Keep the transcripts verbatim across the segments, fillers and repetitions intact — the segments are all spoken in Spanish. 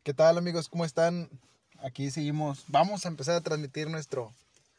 ¿Qué tal, amigos? ¿Cómo están? Aquí seguimos. Vamos a empezar a transmitir nuestro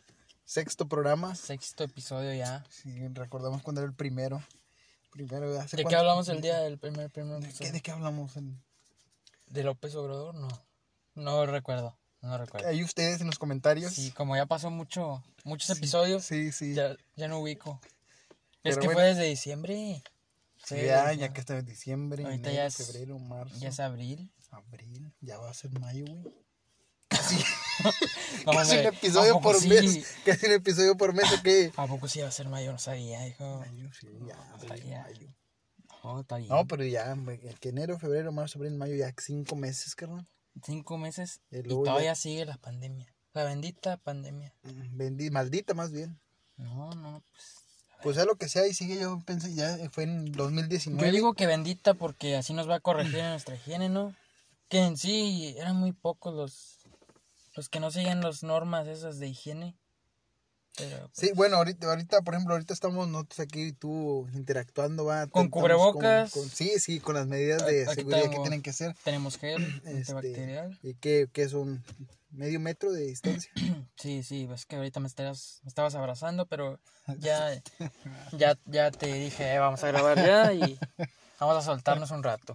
sexto programa. Sexto episodio ya. Sí, recordamos cuando era el primero. Primero, ¿hace ¿De cuánto? qué hablamos el día del primer, primer ¿De episodio? qué, ¿De qué hablamos? En... ¿De López Obrador? No. No recuerdo. No recuerdo. Ahí ustedes en los comentarios. Sí, como ya pasó mucho, muchos Sí, episodios, Sí, sí. ya, ya no ubico. Pero es que bueno. fue desde diciembre. Sí, Fue ya, desde- ya que está en diciembre, Ahorita enero, ya es, febrero, marzo. ya es abril. Abril, ya va a ser mayo, güey. Casi. No, Casi hombre, un episodio ¿a poco por sí? mes. Casi un episodio por mes, ¿o qué? ¿A poco sí va a ser mayo? No sabía, hijo. Mayo, sí, ya. No, abril, ya. mayo. No, está bien. No, pero ya, güey, el que enero, febrero, marzo, abril, mayo, ya cinco meses, carnal. Cinco meses Y y, luego todavía ya- sigue la pandemia. La bendita pandemia. Mm, Bendi, maldita más bien. No, no, pues... Pues sea lo que sea, y sigue, yo pensé, ya fue en dos mil diecinueve. Yo digo que bendita porque así nos va a corregir en nuestra higiene, ¿no? Que en sí eran muy pocos los, los que no siguen las normas esas de higiene. Pero, Sí, pues, bueno, ahorita, ahorita, por ejemplo, ahorita estamos nosotros aquí y tú interactuando, va. Con Estamos cubrebocas. con- con- sí, sí, con las medidas de Aquí seguridad que tenemos- tienen que ser. tenemos gel Este, antibacterial. y que, que es un medio metro de distancia. Sí, sí, ves que ahorita me estabas, me estabas abrazando, pero ya, ya, ya te dije, "Eh, vamos a grabar ya y vamos a soltarnos un rato".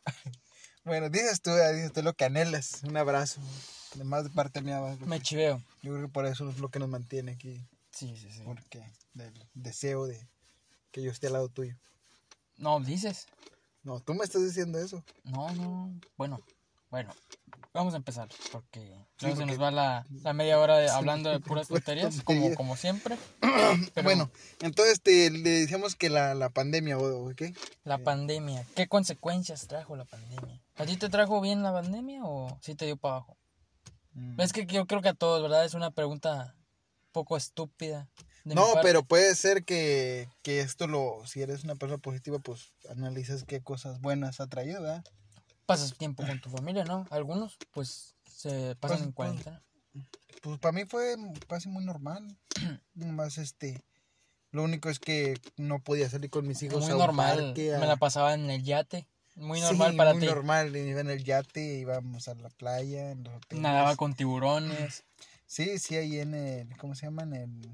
Bueno, dices tú, eh, dices tú lo que anhelas, un abrazo. Además de parte mía, va, Me chiveo. yo creo que por eso es lo que nos mantiene aquí. Sí, sí, sí. Porque del deseo de que yo esté al lado tuyo. No, dices. No, tú me estás diciendo eso. No, no, bueno, bueno, vamos a empezar, porque luego se porque- nos va la, la media hora de- Sí, hablando de puras puras tonterías, tonterías. como, como siempre. Pero Bueno, entonces te, le decíamos que la, la pandemia, ¿o o qué? la pandemia, ¿qué consecuencias trajo la pandemia? ¿A ti te trajo bien la pandemia o sí te dio para abajo? Mm. Es que yo creo que a todos, ¿verdad? Es una pregunta un poco estúpida. de mi No, parte. pero puede ser que, que esto lo, si eres una persona positiva, pues analizas qué cosas buenas ha traído, ¿verdad? Pasas tiempo con tu familia, ¿no? Algunos, pues, se pasan Pues, en cuarentena. Pues para mí fue casi muy normal. Nomás este, lo único es que no podía salir con mis hijos Muy a un normal, parque, a- me la pasaba en el yate. Muy Sí, normal para muy ti. normal, iba en el yate, íbamos a la playa, en los hoteles. Nadaba con tiburones. Sí, sí, ahí en el, ¿cómo se llama? En el,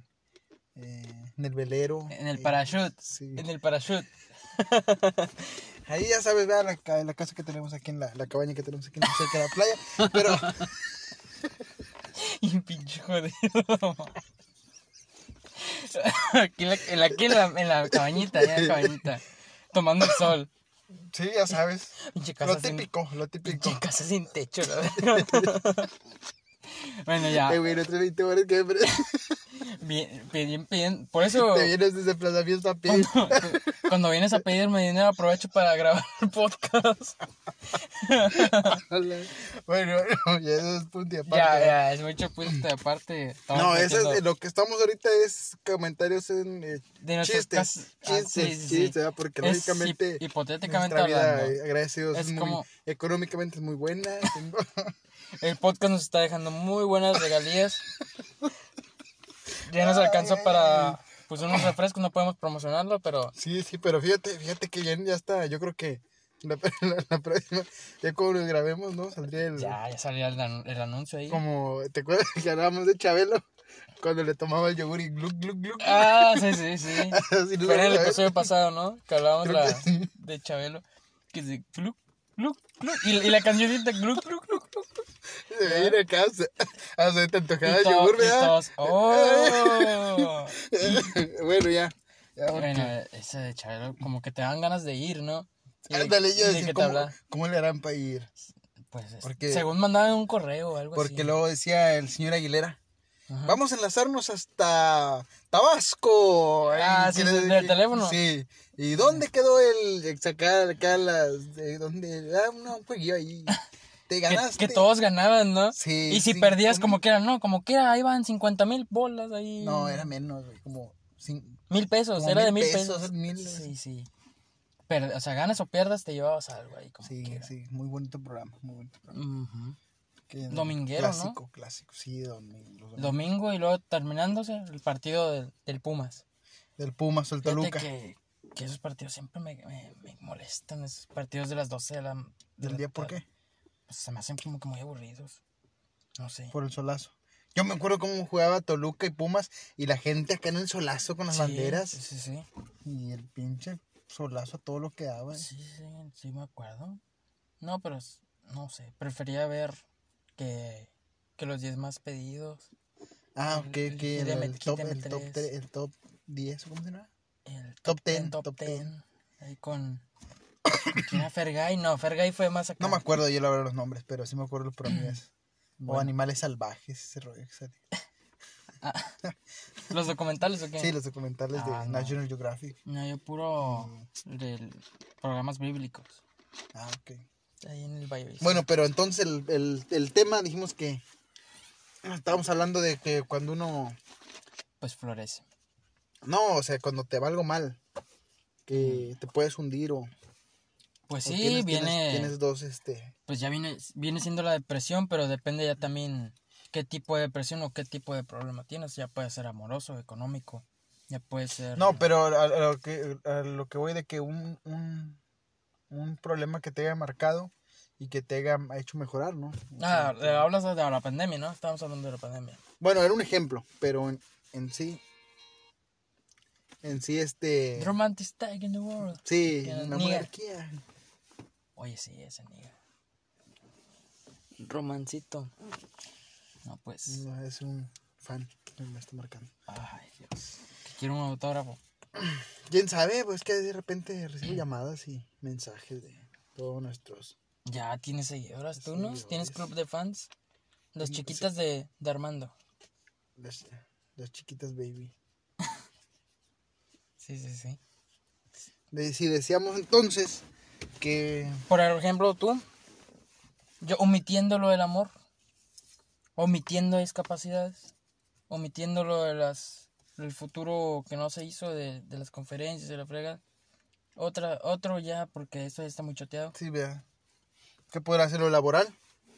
eh, en el velero. En el eh, parachute. Sí. En el parachute. Ahí ya sabes, vea la, ca- la casa que tenemos aquí en la, la cabaña que tenemos aquí en cerca de la playa. Pero, Y pinche jodido. Aquí, en la, en la, aquí en la, en la cabañita, ya en la cabañita. Tomando el sol. sí, ya sabes. Pinche casa Lo sin, típico, lo típico. pinche casa sin techo, la verdad. Bueno, ya. Eh, güey, nuestros veinte horas que me- Bien, bien, bien. Por eso, te vienes de desplazamiento a pie. cuando, cuando vienes a pedirme dinero, aprovecho para grabar el podcast. Bueno, bueno, ya eso es punto y aparte. Ya, ya, es mucho punto de aparte. Estamos No, eso metiendo es, lo que estamos ahorita es comentarios en eh, de nuestros chistes, cas- ah, chistes, sí, sí, sí. chistes, ¿verdad? Porque Es lógicamente hip- hipotéticamente nuestra vida, hablando. eh, gracias a Dios, Es es muy, como- económicamente es muy buena. El podcast nos está dejando muy buenas regalías. Ya nos alcanzó para pues unos refrescos, no podemos promocionarlo, pero Sí, sí, pero fíjate, fíjate que ya, ya está, yo creo que la, la, la próxima, ya cuando lo grabemos, ¿no? Saldría el, ya, ya salió el, anu- el anuncio ahí. como, ¿te acuerdas que hablábamos de Chabelo? Cuando le tomaba el yogur y gluc, gluc, gluc. Ah, sí, sí, sí. Así nos Fue en el vamos a ver. episodio pasado, ¿no? Que hablábamos Creo la, que sí. de Chabelo. Que se gluc, gluc, gluc. Y, y la cancioncita gluc, gluc, gluc, gluc. Se me viene acá, se- ah, se te antojaba Y, el to- yogur, y ¿verdad? todos, ¡oh! Bueno, ya. ya porque- Bueno, ese de Chabelo, como que te dan ganas de ir, ¿no? Y de- Ándale, y yo de decía, que te ¿cómo, habla. ¿cómo le harán para ir? Pues, este, Porque- según mandaban un correo o algo Porque así. luego decía el señor Aguilera, Ajá. vamos a enlazarnos hasta Tabasco. Ah, Ay, sí, quiere sí, decir del que- teléfono. Sí. ¿Y dónde quedó el sacar acá las... de dónde? Ah, no, un jueguillo ahí. Te Que, ganaste. que todos ganaban, ¿no? Sí, Y si sí, perdías, ¿cómo? como que era, ¿no? Como que era, ahí van cincuenta mil bolas ahí. No, era menos, güey, como... cin- Mil pesos, como era de mil mil pesos, pesos. mil- Sí, sí. Per- o sea, ganas o pierdas, te llevabas algo ahí. Como Sí, quiera. sí, muy bonito programa, muy bonito programa. Ujú. Que- Dominguero, ¿no? clásico, Clásico, sí, domingo, los domingos. Domingo y luego terminándose el partido del, del Pumas. Del Pumas, el Fíjate Toluca. que, que esos partidos siempre me, me, me molestan, esos partidos de las doce de la... de ¿Del la día por tarde. qué? pues se me hacen como que muy aburridos. No sé. Por el solazo. Yo me acuerdo cómo jugaba Toluca y Pumas y la gente acá en el solazo con las Sí, banderas. Sí, sí, sí. Y el pinche solazo a todo lo que daba. eh. Sí, sí, sí me acuerdo. No, pero es- no sé, prefería ver que, que los diez más pedidos. Ah, El, ok, el ok, Hit el, M- el Hit top, el top, M tres, tre- el top diez, ¿cómo se llama? el Top Top ten, ten, Top top ten. ten. Ahí con... ¿Con quién era Fergay? No, Fergay fue más acá. No me acuerdo yo la verdad los nombres, pero sí me acuerdo los promías. O Bueno. animales salvajes, ese rollo. Exacto. Ah, ¿los documentales o qué? Sí, los documentales Ah, de no. National Geographic. No, yo puro de programas bíblicos. Ah, ok. Ahí en el Valle. Bueno, pero entonces el, el, el tema dijimos que estábamos hablando de que cuando uno... Pues florece. No, o sea, cuando te va algo mal, que Mm. te puedes hundir o, Pues o sí, tienes, viene... tienes, tienes dos, este... Pues ya viene, viene siendo la depresión, pero depende ya también qué tipo de depresión o qué tipo de problema tienes. Ya puede ser amoroso, económico, ya puede ser... No, pero a, a lo que, a lo que voy de que un, un, un problema que te haya marcado y que te haya hecho mejorar, ¿no? O sea, Ah, que- eh, hablas de la pandemia, ¿no? Estamos hablando de la pandemia. Bueno, era un ejemplo, pero en, en sí, en sí, este... The romantic stag in the world. Sí, Que la niga. monarquía. Oye, sí, ese niga. Romancito. No, pues... No, es un fan que me está marcando. Ay, Dios. Que quiero un autógrafo. ¿Quién sabe? Pues que de repente recibo llamadas y mensajes de todos nuestros... Ya tienes seguidoras, ¿tú no? Seguidores. ¿Tienes club de fans? Las Tengo- chiquitas de, de Armando. Las, las chiquitas baby. Sí, sí, sí. De, si decíamos entonces que... Por ejemplo, tú, yo omitiendo lo del amor, omitiendo discapacidades, omitiendo lo de las, el futuro que no se hizo de, de las conferencias, de la frega. Otra, otro ya, porque eso ya está muy choteado. Sí, vea. ¿Qué podrá hacer lo laboral?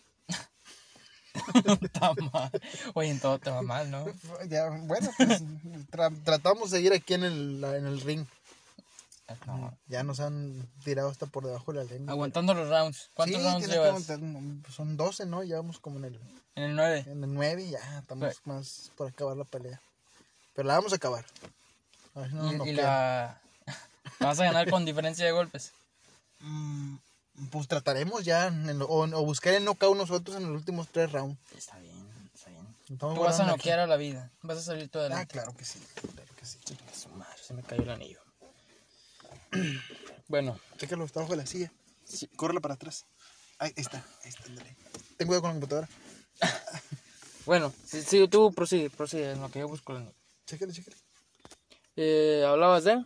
Está mal. Oye, en todo te va mal, ¿no? Ya, bueno, pues tra- tratamos de ir aquí en el, la- en el ring. No. Ya nos han tirado hasta por debajo de la lengua. Aguantando los rounds. ¿Cuántos Sí, rounds tienes que llevas? aguantar, no, son doce, ¿no? Ya vamos como en el, En el nueve. en el nueve, ya estamos Pues- más por acabar la pelea. Pero la vamos a acabar. A ver si no nos y, y noquean. la... Vas a ganar con diferencia de golpes. Mm, pues trataremos ya, en lo- o, o buscar el knockout nosotros en los últimos tres rounds. Está bien, está bien. Estamos Tú vas a guardando noquear a la vida. Vas a salir todo aquí. Ah, adelante. claro que sí, claro que sí. Chinga su madre, se me cayó el anillo. Bueno, Chécalo, está abajo de la silla. Sí. Córrela para atrás. Ahí está, ahí está, ándale. Ten cuidado con la computadora. bueno, si, si tú prosigue, prosigue en lo que yo busco el anillo. Chécale, chécale. Eh, ¿hablabas de?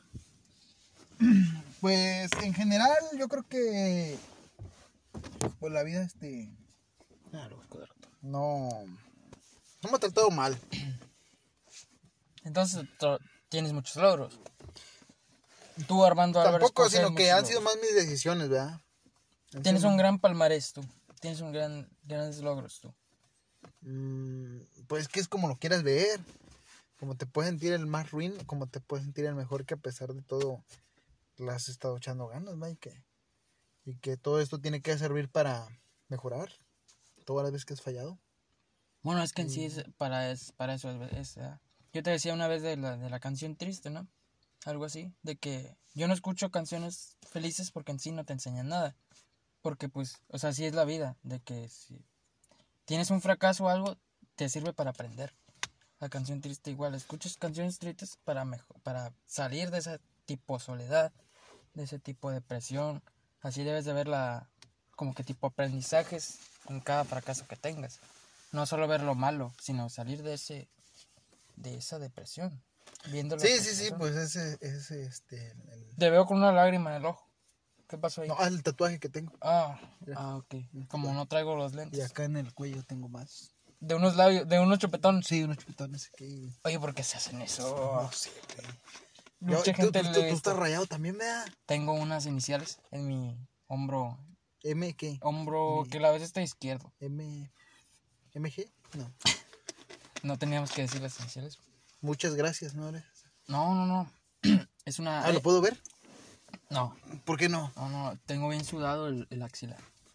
Pues en general yo creo que pues la vida este Ah, lo busco de rato. no no me ha tratado mal. Entonces tro- tienes muchos logros. Tú, Armando Álvarez, Tampoco, posees sino que muchos han sido logros. más mis decisiones, ¿verdad? Han Tienes sido- un gran palmarés tú. Tienes un gran grandes logros tú. Mm, pues que es como lo quieras ver. Como te puedes sentir el más ruin, como te puedes sentir el mejor, que a pesar de todo le has estado echando ganas, ¿no? Y que, y que todo esto tiene que servir para mejorar todas las veces que has fallado. Bueno, es que en sí es para, es, para eso es, es, ¿verdad? Yo te decía una vez de la, de la canción triste, ¿no? Algo así, de que yo no escucho canciones felices porque en sí no te enseñan nada. Porque pues, o sea, así es la vida, de que si tienes un fracaso o algo, te sirve para aprender. La canción triste igual, escuchas canciones tristes para, mejo- para salir de ese tipo de soledad, de ese tipo de depresión. Así debes de verla como que tipo aprendizajes en cada fracaso que tengas. No solo ver lo malo, sino salir de ese de esa depresión. Viendo lo Sí, que sí, sí, pasó. pues ese, ese, este, el- Te veo con una lágrima en el ojo. ¿Qué pasó ahí? no, ah, el tatuaje que tengo. Ah, Mira. ah, ok. Como no traigo los lentes. Y acá en el cuello tengo más. De unos labios, de unos chupetones. Sí, unos chupetones aquí. Oye, ¿por qué se hacen eso? No sé, güey. Yo- Mucha tú, gente tú- le tú- he tú visto. estás rayado también, ¿verdad? Tengo unas iniciales en mi hombro, M, ¿qué? hombro Mi- que la vez está izquierdo. M, M G. No. No teníamos que decir las iniciales. Muchas gracias, ¿no? No, no, no. Es una. Ah, ¿lo eh, puedo ver? No, ¿Por qué no? no, no. Tengo bien sudado el, el axilar.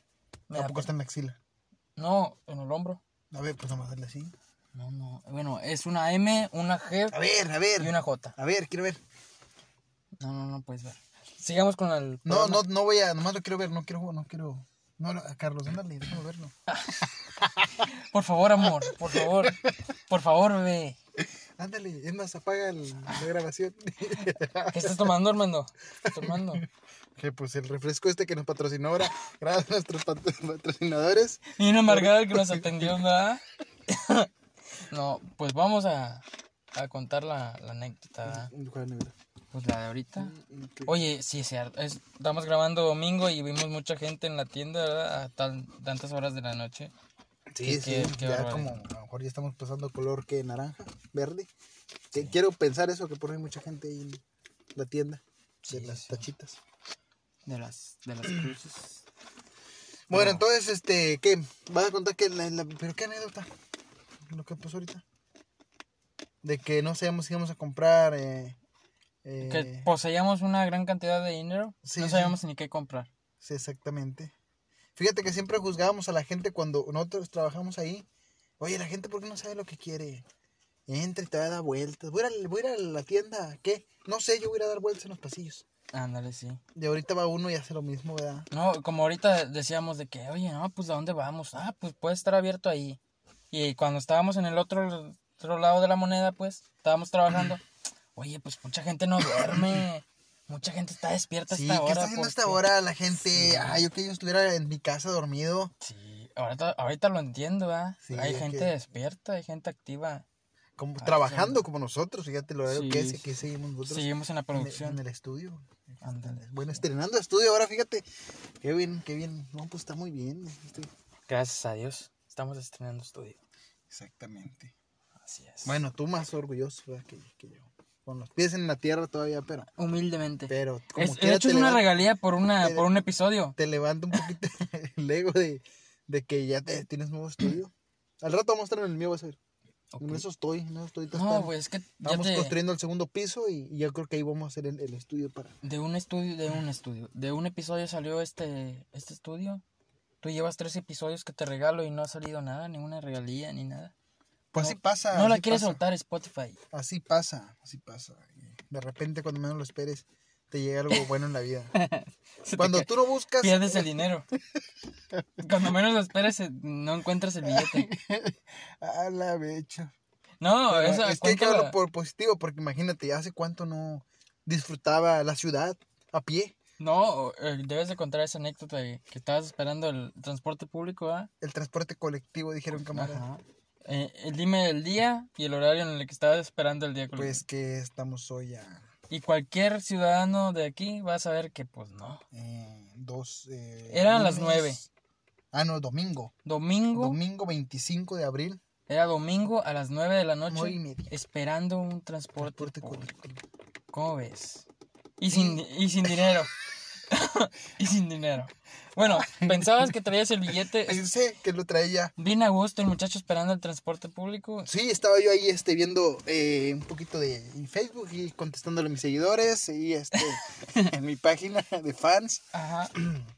Me da Tampoco está pena. en la axila. No, en el hombro. A ver, pues vamos a darle así. No, no. Bueno, es una M, una G A ver, a ver. y una J. A ver, quiero ver. No, no, no puedes ver. Sigamos con el No, programa. no, no voy a, nomás lo quiero ver, no quiero, no quiero. No, no, Carlos, ándale, déjame verlo. Por favor, amor, por favor. Por favor, bebé. Ándale, es más, apaga el- la grabación. ¿Qué estás tomando, Armando? ¿Qué estás tomando? Que pues el refresco este que nos patrocinó ahora, gracias a nuestros pat- patrocinadores. Bien amargado el que nos atendió, ¿verdad? No, pues vamos a, a contar la, la anécdota, ¿verdad? ¿Cuál negra? Pues la de ahorita. Ok. Oye, sí, es cierto. es- Estamos grabando domingo y vimos mucha gente en la tienda, ¿verdad? A tal, tantas horas de la noche. Sí, Qué- sí, qué- qué ya barbaridad. como a lo mejor ya estamos pasando color que naranja, verde. Que quiero pensar eso, que por ahí hay mucha gente ahí en la tienda de Sí, las sí. tachitas. De las, de las cruces. Bueno, Pero- entonces, este, ¿qué? ¿Vas a contar que la, la- pero qué anécdota? Lo que pasó ahorita. De que no sabíamos si íbamos a comprar, eh, eh, Que poseíamos una gran cantidad de dinero. Sí, no sí. sabíamos ni qué comprar. sí, exactamente. Fíjate que siempre juzgábamos a la gente cuando nosotros trabajamos ahí. Oye, la gente, ¿por qué no sabe lo que quiere? Entra y te va a dar vueltas. Voy a, ir a- voy a ir a la tienda, ¿qué? No sé, yo voy a ir a dar vueltas en los pasillos. Ándale, sí. Y ahorita va uno y hace lo mismo, ¿verdad? No, como ahorita decíamos de que, oye, no, pues ¿a dónde vamos? Ah, pues puede estar abierto ahí. Y cuando estábamos en el otro, otro lado de la moneda, pues, estábamos trabajando. Oye, pues mucha gente no duerme. Mucha gente está despierta a Sí, esta ¿qué hora. está haciendo hasta porque- ahora la gente? Sí. Ah, yo que yo estuviera en mi casa dormido. Sí, ahorita, ahorita lo entiendo, ¿verdad? Sí, hay es gente que- despierta, hay gente activa. Como, Ah, trabajando sí. como nosotros, fíjate lo horario Sí, que es, sí, que sí. seguimos nosotros. Seguimos en la en el- producción. En el estudio. Ándale. Bueno, estrenando estudio ahora, fíjate. Qué bien, qué bien. No, pues está muy bien. Estoy- Gracias a Dios, estamos estrenando estudio. Exactamente. Así es. Bueno, tú más orgulloso, ¿verdad? Que, que yo. Con los pies en la tierra todavía, pero. Humildemente. Pero como Es, de quiera hecho, te es una levanta- regalía por, una, te- por un episodio. te levanta un poquito el ego de, de que ya te, tienes nuevo estudio. Al rato vamos a estar en el mío, vas a ver. Ok. En eso estoy, en eso estoy. No, están- güey, es que ya Estamos te... construyendo el segundo piso y, y yo creo que ahí vamos a hacer el, el estudio para. De un estudio, de un estudio. De un episodio salió este, este estudio. Tú llevas tres episodios que te regalo y no ha salido nada, ninguna regalía ni nada. Pues No- así pasa. No la así quieres pasa. soltar Spotify. Así pasa, así pasa. De repente, cuando menos lo esperes, te llega algo bueno en la vida. Se te Cuando cae- tú no buscas. Pierdes el dinero. Cuando menos lo esperes, eh, no encuentras el billete. A la becha. No, Pero esa es que hay que cuéntala. verlo por positivo, porque imagínate, hace cuánto no disfrutaba la ciudad a pie. No, eh, debes de contar esa anécdota de que estabas esperando el transporte público, ¿ah? El transporte colectivo, dijeron camarada. Ajá. Eh, eh, dime el día y el horario en el que estabas esperando el día. Pues que estamos hoy a Y cualquier ciudadano de aquí va a saber que, pues no. eh, dos. Eh, Eran las lunes- nueve. Ah, no, domingo. Domingo, Domingo veinticinco de abril. era domingo a las nueve de la noche, Nueve y media. esperando un transporte, Transporte público. colectivo. ¿Cómo ves? Y sin, y sin dinero. y sin dinero. Bueno, pensabas que traías el billete. Pensé que lo traía. Bien a gusto el muchacho esperando el transporte público. Sí, estaba yo ahí este, viendo eh, un poquito de Facebook y contestándole a mis seguidores y este, en mi página de fans. Ajá.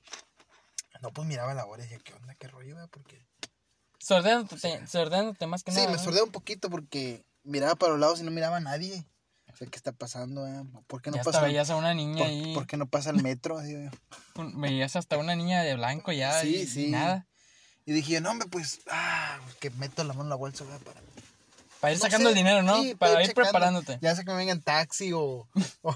No, pues miraba la hora y decía, ¿qué onda? ¿Qué rollo? ¿verdad? Porque... Sordeándote, sordeándote más que Sí, nada. me ¿no? sordea un poquito porque miraba para los lados y no miraba a nadie. O sea, ¿qué está pasando? eh? ¿Por qué no Ya pasa? hasta veías a una niña ¿Por, ahí. por qué no pasa el metro? Digo yo. un- Veías hasta una niña de blanco ya. Sí, y, sí. y nada. Y dije, yo, no, hombre, pues, ah, que meto la mano en la bolsa, ¿verdad? Para... Para ir no sacando sé, el dinero, ¿no? sí, Para ir checando. preparándote. Ya sea que me venga en taxi o, o,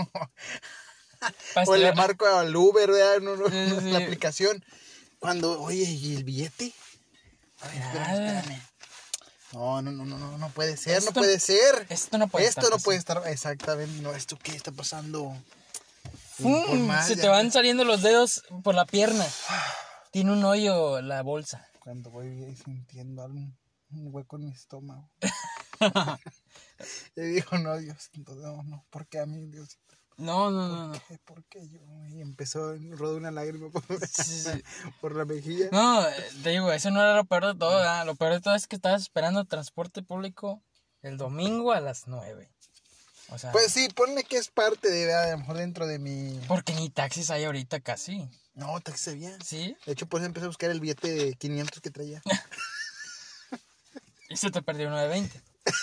Para o le estirar- marco al Uber, ¿verdad? No, no, Sí, sí. la aplicación. Cuando, oye, ¿y el billete? A ver, espérame, Nada. espérame. No, no, no, no, no, no puede ser, Esto- no puede ser. Esto no puede Esto estar no así. puede estar, exactamente, no, ¿esto qué está pasando? Y ¡Fum! por más, Se ya te van ves, saliendo los dedos por la pierna. Tiene un hoyo la bolsa. Cuando voy ahí sintiendo algo, un hueco en mi estómago. Y digo, no, Dios, no, no, ¿por qué a mí, Dios? No, no, no, no. ¿Por qué? ¿Por qué yo? Y empezó, rodó una lágrima por, Sí, sí. por la mejilla. No, eh, te digo, eso no era lo peor de todo, ¿verdad? Lo peor de todo es que estabas esperando transporte público el domingo a las nueve. O sea, Pues sí, ponle que es parte de, a lo mejor dentro de mi... porque ni taxis hay ahorita casi. No, taxi sabía. ¿Sí? De hecho, por eso empecé a buscar el billete de quinientos que traía. Y se te perdió uno de veinte.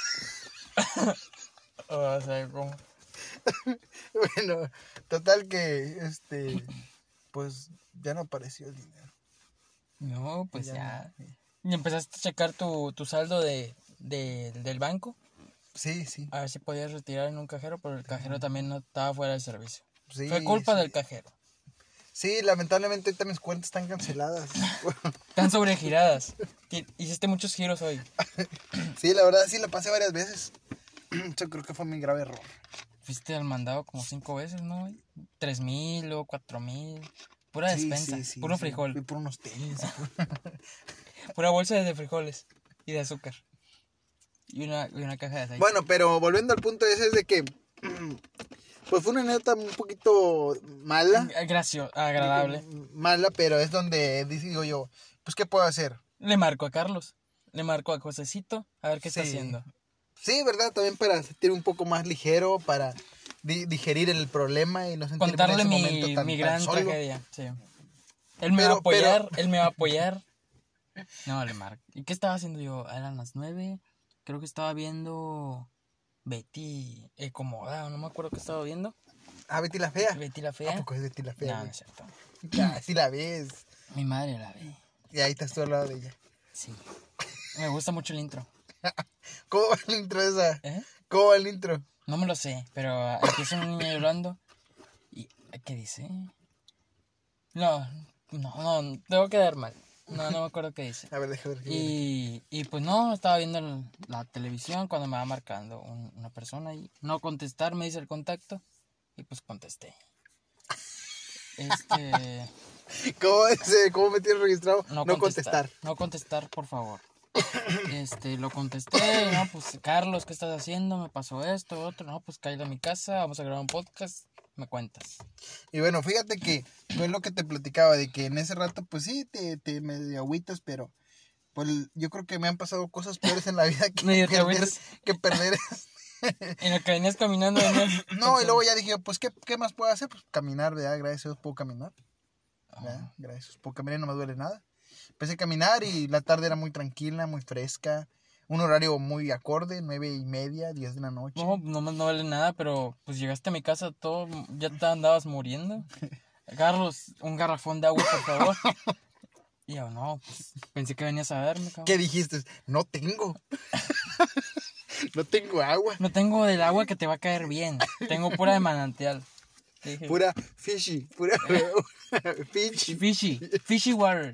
O sea, ¿cómo? Bueno, total que, este, pues ya no apareció el dinero. No, pues Ya ya. no, sí. ¿Y empezaste a checar tu, tu saldo de, de, del banco? Sí, sí. A ver si podías retirar en un cajero, pero el cajero también no estaba fuera de servicio. Sí, Fue culpa sí. del cajero. Sí, lamentablemente ahorita mis cuentas están canceladas. Están sobregiradas. Ti- Hiciste muchos giros hoy. Sí, la verdad sí la pasé varias veces. Yo creo que fue mi grave error. Fuiste al mandado como cinco veces, ¿no? güey? Tres mil, luego cuatro mil. Pura Sí, despensa, sí, sí, puro sí. frijol. Fui por unos tenis. Pura bolsa de frijoles y de azúcar. Y una, y una caja de aceite. Bueno, pero volviendo al punto ese es de que... Pues fue una anécdota un poquito mala. Gracioso, agradable. Mala, pero es donde digo yo, pues ¿qué puedo hacer? Le marco a Carlos. Le marco a Josecito a ver qué está Sí. haciendo. Sí, ¿verdad? También para sentir un poco más ligero, para di- digerir el problema y no sentirme Contarle en ese mi, momento tan, mi tan gran solo. tragedia. Sí. Él me Pero- va a apoyar, pero- él me va a apoyar. No, le marco. ¿Y qué estaba haciendo yo? Eran las nueve. Creo que estaba viendo Betty Ecomoda, no me acuerdo qué estaba viendo. Ah, Betty la Fea. Betty la ¿A Fea. poco es Betty la Fea? No, no güey? es cierto. Ya, sí la ves. Mi madre la ve. Y ahí estás tú al lado de ella. Sí. Me gusta mucho el intro. ¿Cómo va el intro esa? ¿Eh? ¿Cómo va el intro? No me lo sé, pero empieza una niña llorando. ¿Y qué dice? No, no, no, tengo que dar mal. No, no me acuerdo qué dice. A ver, déjame ver. Y, y pues no, estaba viendo el- la televisión cuando me va marcando un- una persona y no contestar, me dice el contacto. Y pues contesté. Este. ¿Cómo, ese, ¿Cómo me tienes registrado? No, No contestar, contestar. No contestar, por favor. Este, lo contesté, no, pues Carlos, ¿qué estás haciendo? Me pasó esto, otro, no, pues caí a mi casa, vamos a grabar un podcast, me cuentas. Y bueno, fíjate que fue lo que te platicaba, de que en ese rato, pues sí, te, te medio agüitas, pero pues yo creo que me han pasado cosas peores en la vida que Medio te perder, agüitas. que perder. En lo que venías caminando, venías... No, y luego ya dije, pues, ¿qué, qué más puedo hacer? Pues caminar, ¿verdad? Gracias a Dios puedo caminar. ¿Verdad? Ajá. Gracias a Dios puedo caminar y no me duele nada. Empecé a caminar y la tarde era muy tranquila, muy fresca. Un horario muy acorde, nueve y media, diez de la noche. No, no me no vale nada, pero pues llegaste a mi casa todo, ya te andabas muriendo. Carlos, un garrafón de agua, por favor. Y yo, no, pues pensé que venías a verme, cabrón. ¿Qué dijiste? No tengo. No tengo agua. No tengo del agua que te va a caer bien, tengo pura de manantial. Dije, Pura fishy, pura fishy. fishy, fishy water.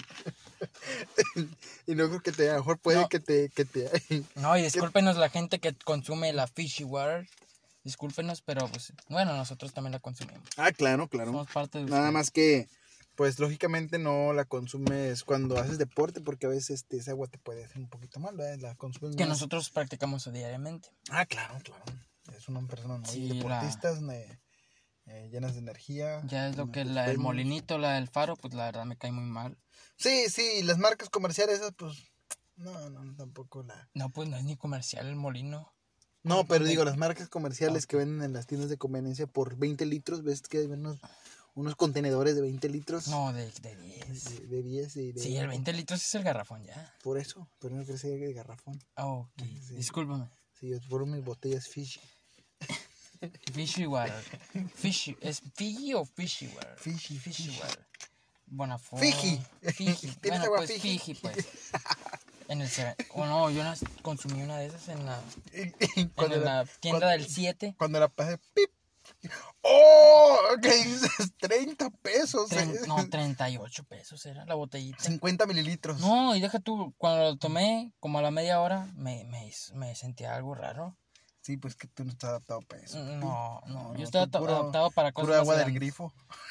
Y no creo que te, a lo mejor puede No. que te, que te... No, y discúlpenos la gente que consume la fishy water. Discúlpenos, pero pues, bueno, nosotros también la consumimos. Ah, claro, claro. Somos parte de Nada ustedes. más que, pues lógicamente no la consumes cuando haces deporte, porque a veces este, esa agua te puede hacer un poquito mal, ¿verdad? La consumes Que más. nosotros practicamos eso diariamente. Ah, claro, claro. Es una persona muy Sí, la- deportistas, ne- eh, llenas de energía. Ya es lo nos que la, el vemos. molinito, la del faro, pues la verdad me cae muy mal. Sí, sí, las marcas comerciales esas, pues, no, no, tampoco la... No, pues no es ni comercial el molino. No, pero ¿Dónde? digo, las marcas comerciales que venden en las tiendas de conveniencia por veinte litros, ves que hay unos, unos contenedores de veinte litros. No, de, de diez. De, de diez y de... Sí, el veinte litros es el garrafón ya. Por eso, pero no crece de garrafón. Ah, ok, Sí. discúlpame. Sí, yo por mis botellas Fishy. Fishy water. Fishy, ¿es Fiji o fishy water? Fishy, Fishy Fishy. water. Bonafón. Fiji. Fiji. ¿Tienes Bueno, agua pues Fiji? Fiji, pues. En el seven- o no, yo las consumí una de esas en la, Y cuando en la, la tienda cuando- del siete. Cuando la pasé, ¡pip! ¡Oh! ¿Qué dices? treinta pesos. Tre- eh. no, treinta y ocho pesos era la botellita. cincuenta mililitros. No, y deja tú, cuando lo tomé, como a la media hora, me, me, hizo- me sentía algo raro. Sí, pues que tú no estás adaptado para eso. No, no, No, yo estaba tú puro- adaptado para cosas Puro más agua del grandes. grifo.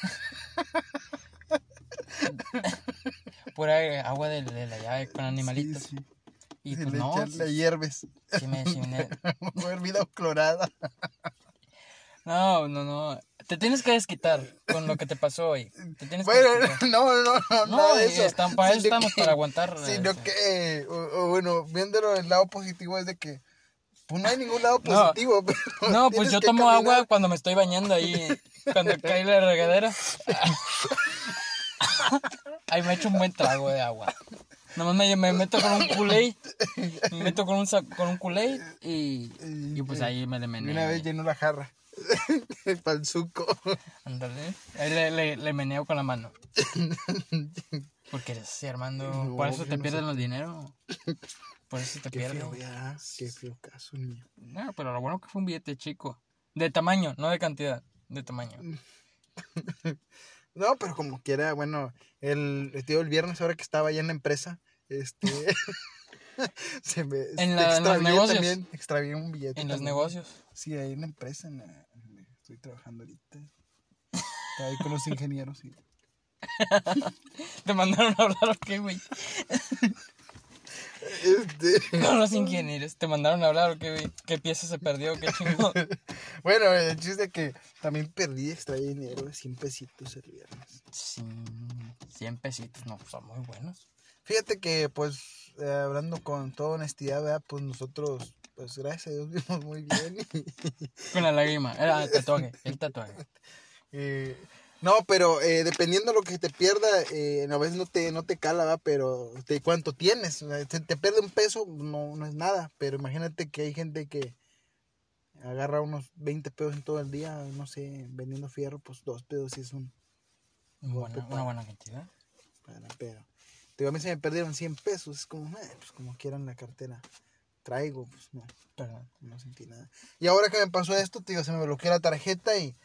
Pura agua de, de la llave con animalitos. Sí, sí. Y Si pues le, no, echas- le hierves. sí me, sí me- Hervida clorada. No, no, no. Te tienes que desquitar con lo que te pasó hoy. Te tienes que Bueno, desquitar. no, no, no, No, nada de y eso. están- para eso Sino estamos, que- para aguantar, Sino este. que, o, o bueno, viéndolo del lado positivo es de que Pues no hay ningún lado No. positivo, pero No, pues tienes yo que tomo caminar. agua cuando me estoy bañando ahí, cuando cae la regadera. Ahí me echo un buen trago de agua. Nomás me, me meto con un Kool-Aid, me meto con un, sa- con un Kool-Aid y, y pues ahí me le Y meneo. una vez ahí. llenó la jarra. Para el suco. Ándale. Ahí le, le, le meneo con la mano. Porque eres así, Armando. No, Por eso yo te no pierden sé los tú. dinero. Por eso te Qué pierden. feo, ya. Qué feo caso, niño. No, pero lo bueno que fue un billete chico. De tamaño, no de cantidad. De tamaño. No, pero como quiera, bueno, el, el tío el viernes, ahora que estaba allá en la empresa, este, se me En, te la, en los extravié negocios. también, extravié un billete En los también. negocios. Sí, ahí en la empresa, en la, en la- estoy trabajando ahorita. Estaba ahí con los ingenieros y... Te mandaron a hablar, ok, güey. Este, Con los ingenieros. Te mandaron a hablar, ok, güey. ¿Qué pieza se perdió? ¿Qué chingón? bueno, el chiste es que también perdí, extraí dinero, cien pesitos el viernes. Sí, cien pesitos, no, pues son muy buenos. Fíjate que, pues, eh, hablando con toda honestidad, ¿verdad? Pues nosotros, pues, gracias a Dios, vivimos muy bien. Con la lágrima. Era el tatuaje, el tatuaje. Eh, no, pero eh, dependiendo de lo que te pierda, eh, a veces no te, no te cala, ¿va? Pero de cuánto tienes. O sea, si te pierde un peso, no, no es nada. Pero imagínate que hay gente que agarra unos veinte pesos en todo el día, no sé, vendiendo fierro, pues dos pesos sí es un golpe Buena, una para, buena cantidad. para, pero. Te digo, a mí se me perdieron cien pesos, es como, eh, pues como quieran la cartera. Traigo, pues no, Perdón. no sentí nada. Y ahora que me pasó esto, te digo, se me bloqueó la tarjeta y,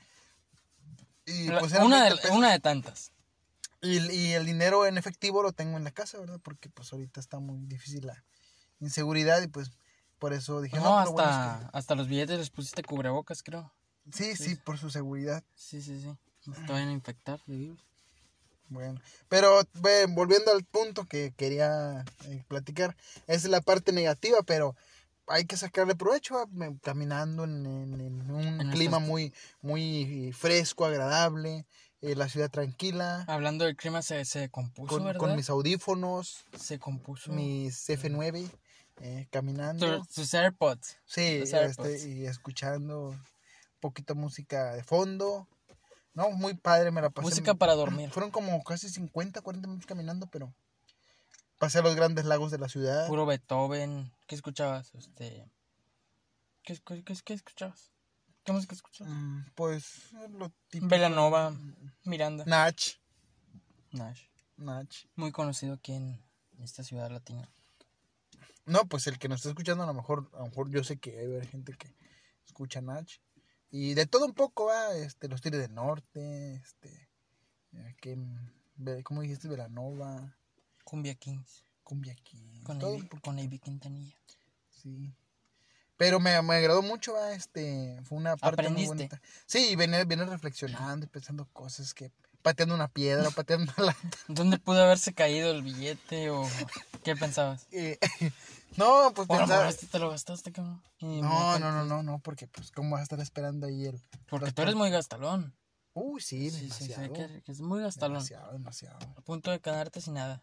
y La- pues eran una, veinte de, pesos. una de tantas. Y, y el dinero en efectivo lo tengo en la casa, ¿verdad? Porque pues ahorita está muy difícil la inseguridad y pues por eso dije, no, No, pero bueno, hasta, es hasta los billetes les pusiste cubrebocas, creo. que... Sí, sí, por su seguridad. Sí, sí, sí. No te vayan a infectar de virus. Bueno, pero ve, volviendo al punto que quería eh, platicar, esa es la parte negativa, pero hay que sacarle provecho, ¿va? Me- caminando en, en- en un En clima nuestras- muy, muy fresco, agradable, eh, la ciudad tranquila, Hablando del clima, se, se compuso, con, ¿verdad? con mis audífonos, Se compuso. mis F nueve, eh, caminando. Tu- sus AirPods. Sí, Los este, AirPods. y escuchando un poquito música de fondo. No, muy padre, me la pasé. Música para dormir. Fueron como casi cincuenta, cuarenta minutos caminando, pero pasé a los grandes lagos de la ciudad. Puro Beethoven. ¿Qué escuchabas? Este. ¿Qué, qué, qué, qué escuchabas? ¿Qué música escuchabas? Mm, Pues lo típico. Belanova, Miranda. Nach. Nash. Nach. Muy conocido aquí en esta ciudad latina. No, pues el que nos está escuchando, a lo mejor, a lo mejor yo sé que hay varias gente que escucha Nach. Y de todo un poco, va, este, los Tigres del Norte, este, eh, que, ve- ¿cómo dijiste? Belanova, Cumbia Kings. Cumbia King, Con todo Avi, un poco. con Avi Quintanilla. Sí. Pero me, me agradó mucho, va, este, fue una parte muy ¿Aprendiste? bonita. Sí, viene, viene reflexionando y pensando cosas que, pateando una piedra, pateando una lata. ¿Dónde pudo haberse caído el billete o qué pensabas? Eh, no, pues O a lo mejor pensaba, este te lo gastaste, cabrón. Y no, me no, no, cuentas- no, no, porque pues cómo vas a estar esperando ahí el... Porque los tú eres car- muy gastalón. Uy, sí, Sí, sí, demasiado. sí, que, que es muy gastalón. Demasiado, demasiado. A punto de quedarte sin nada.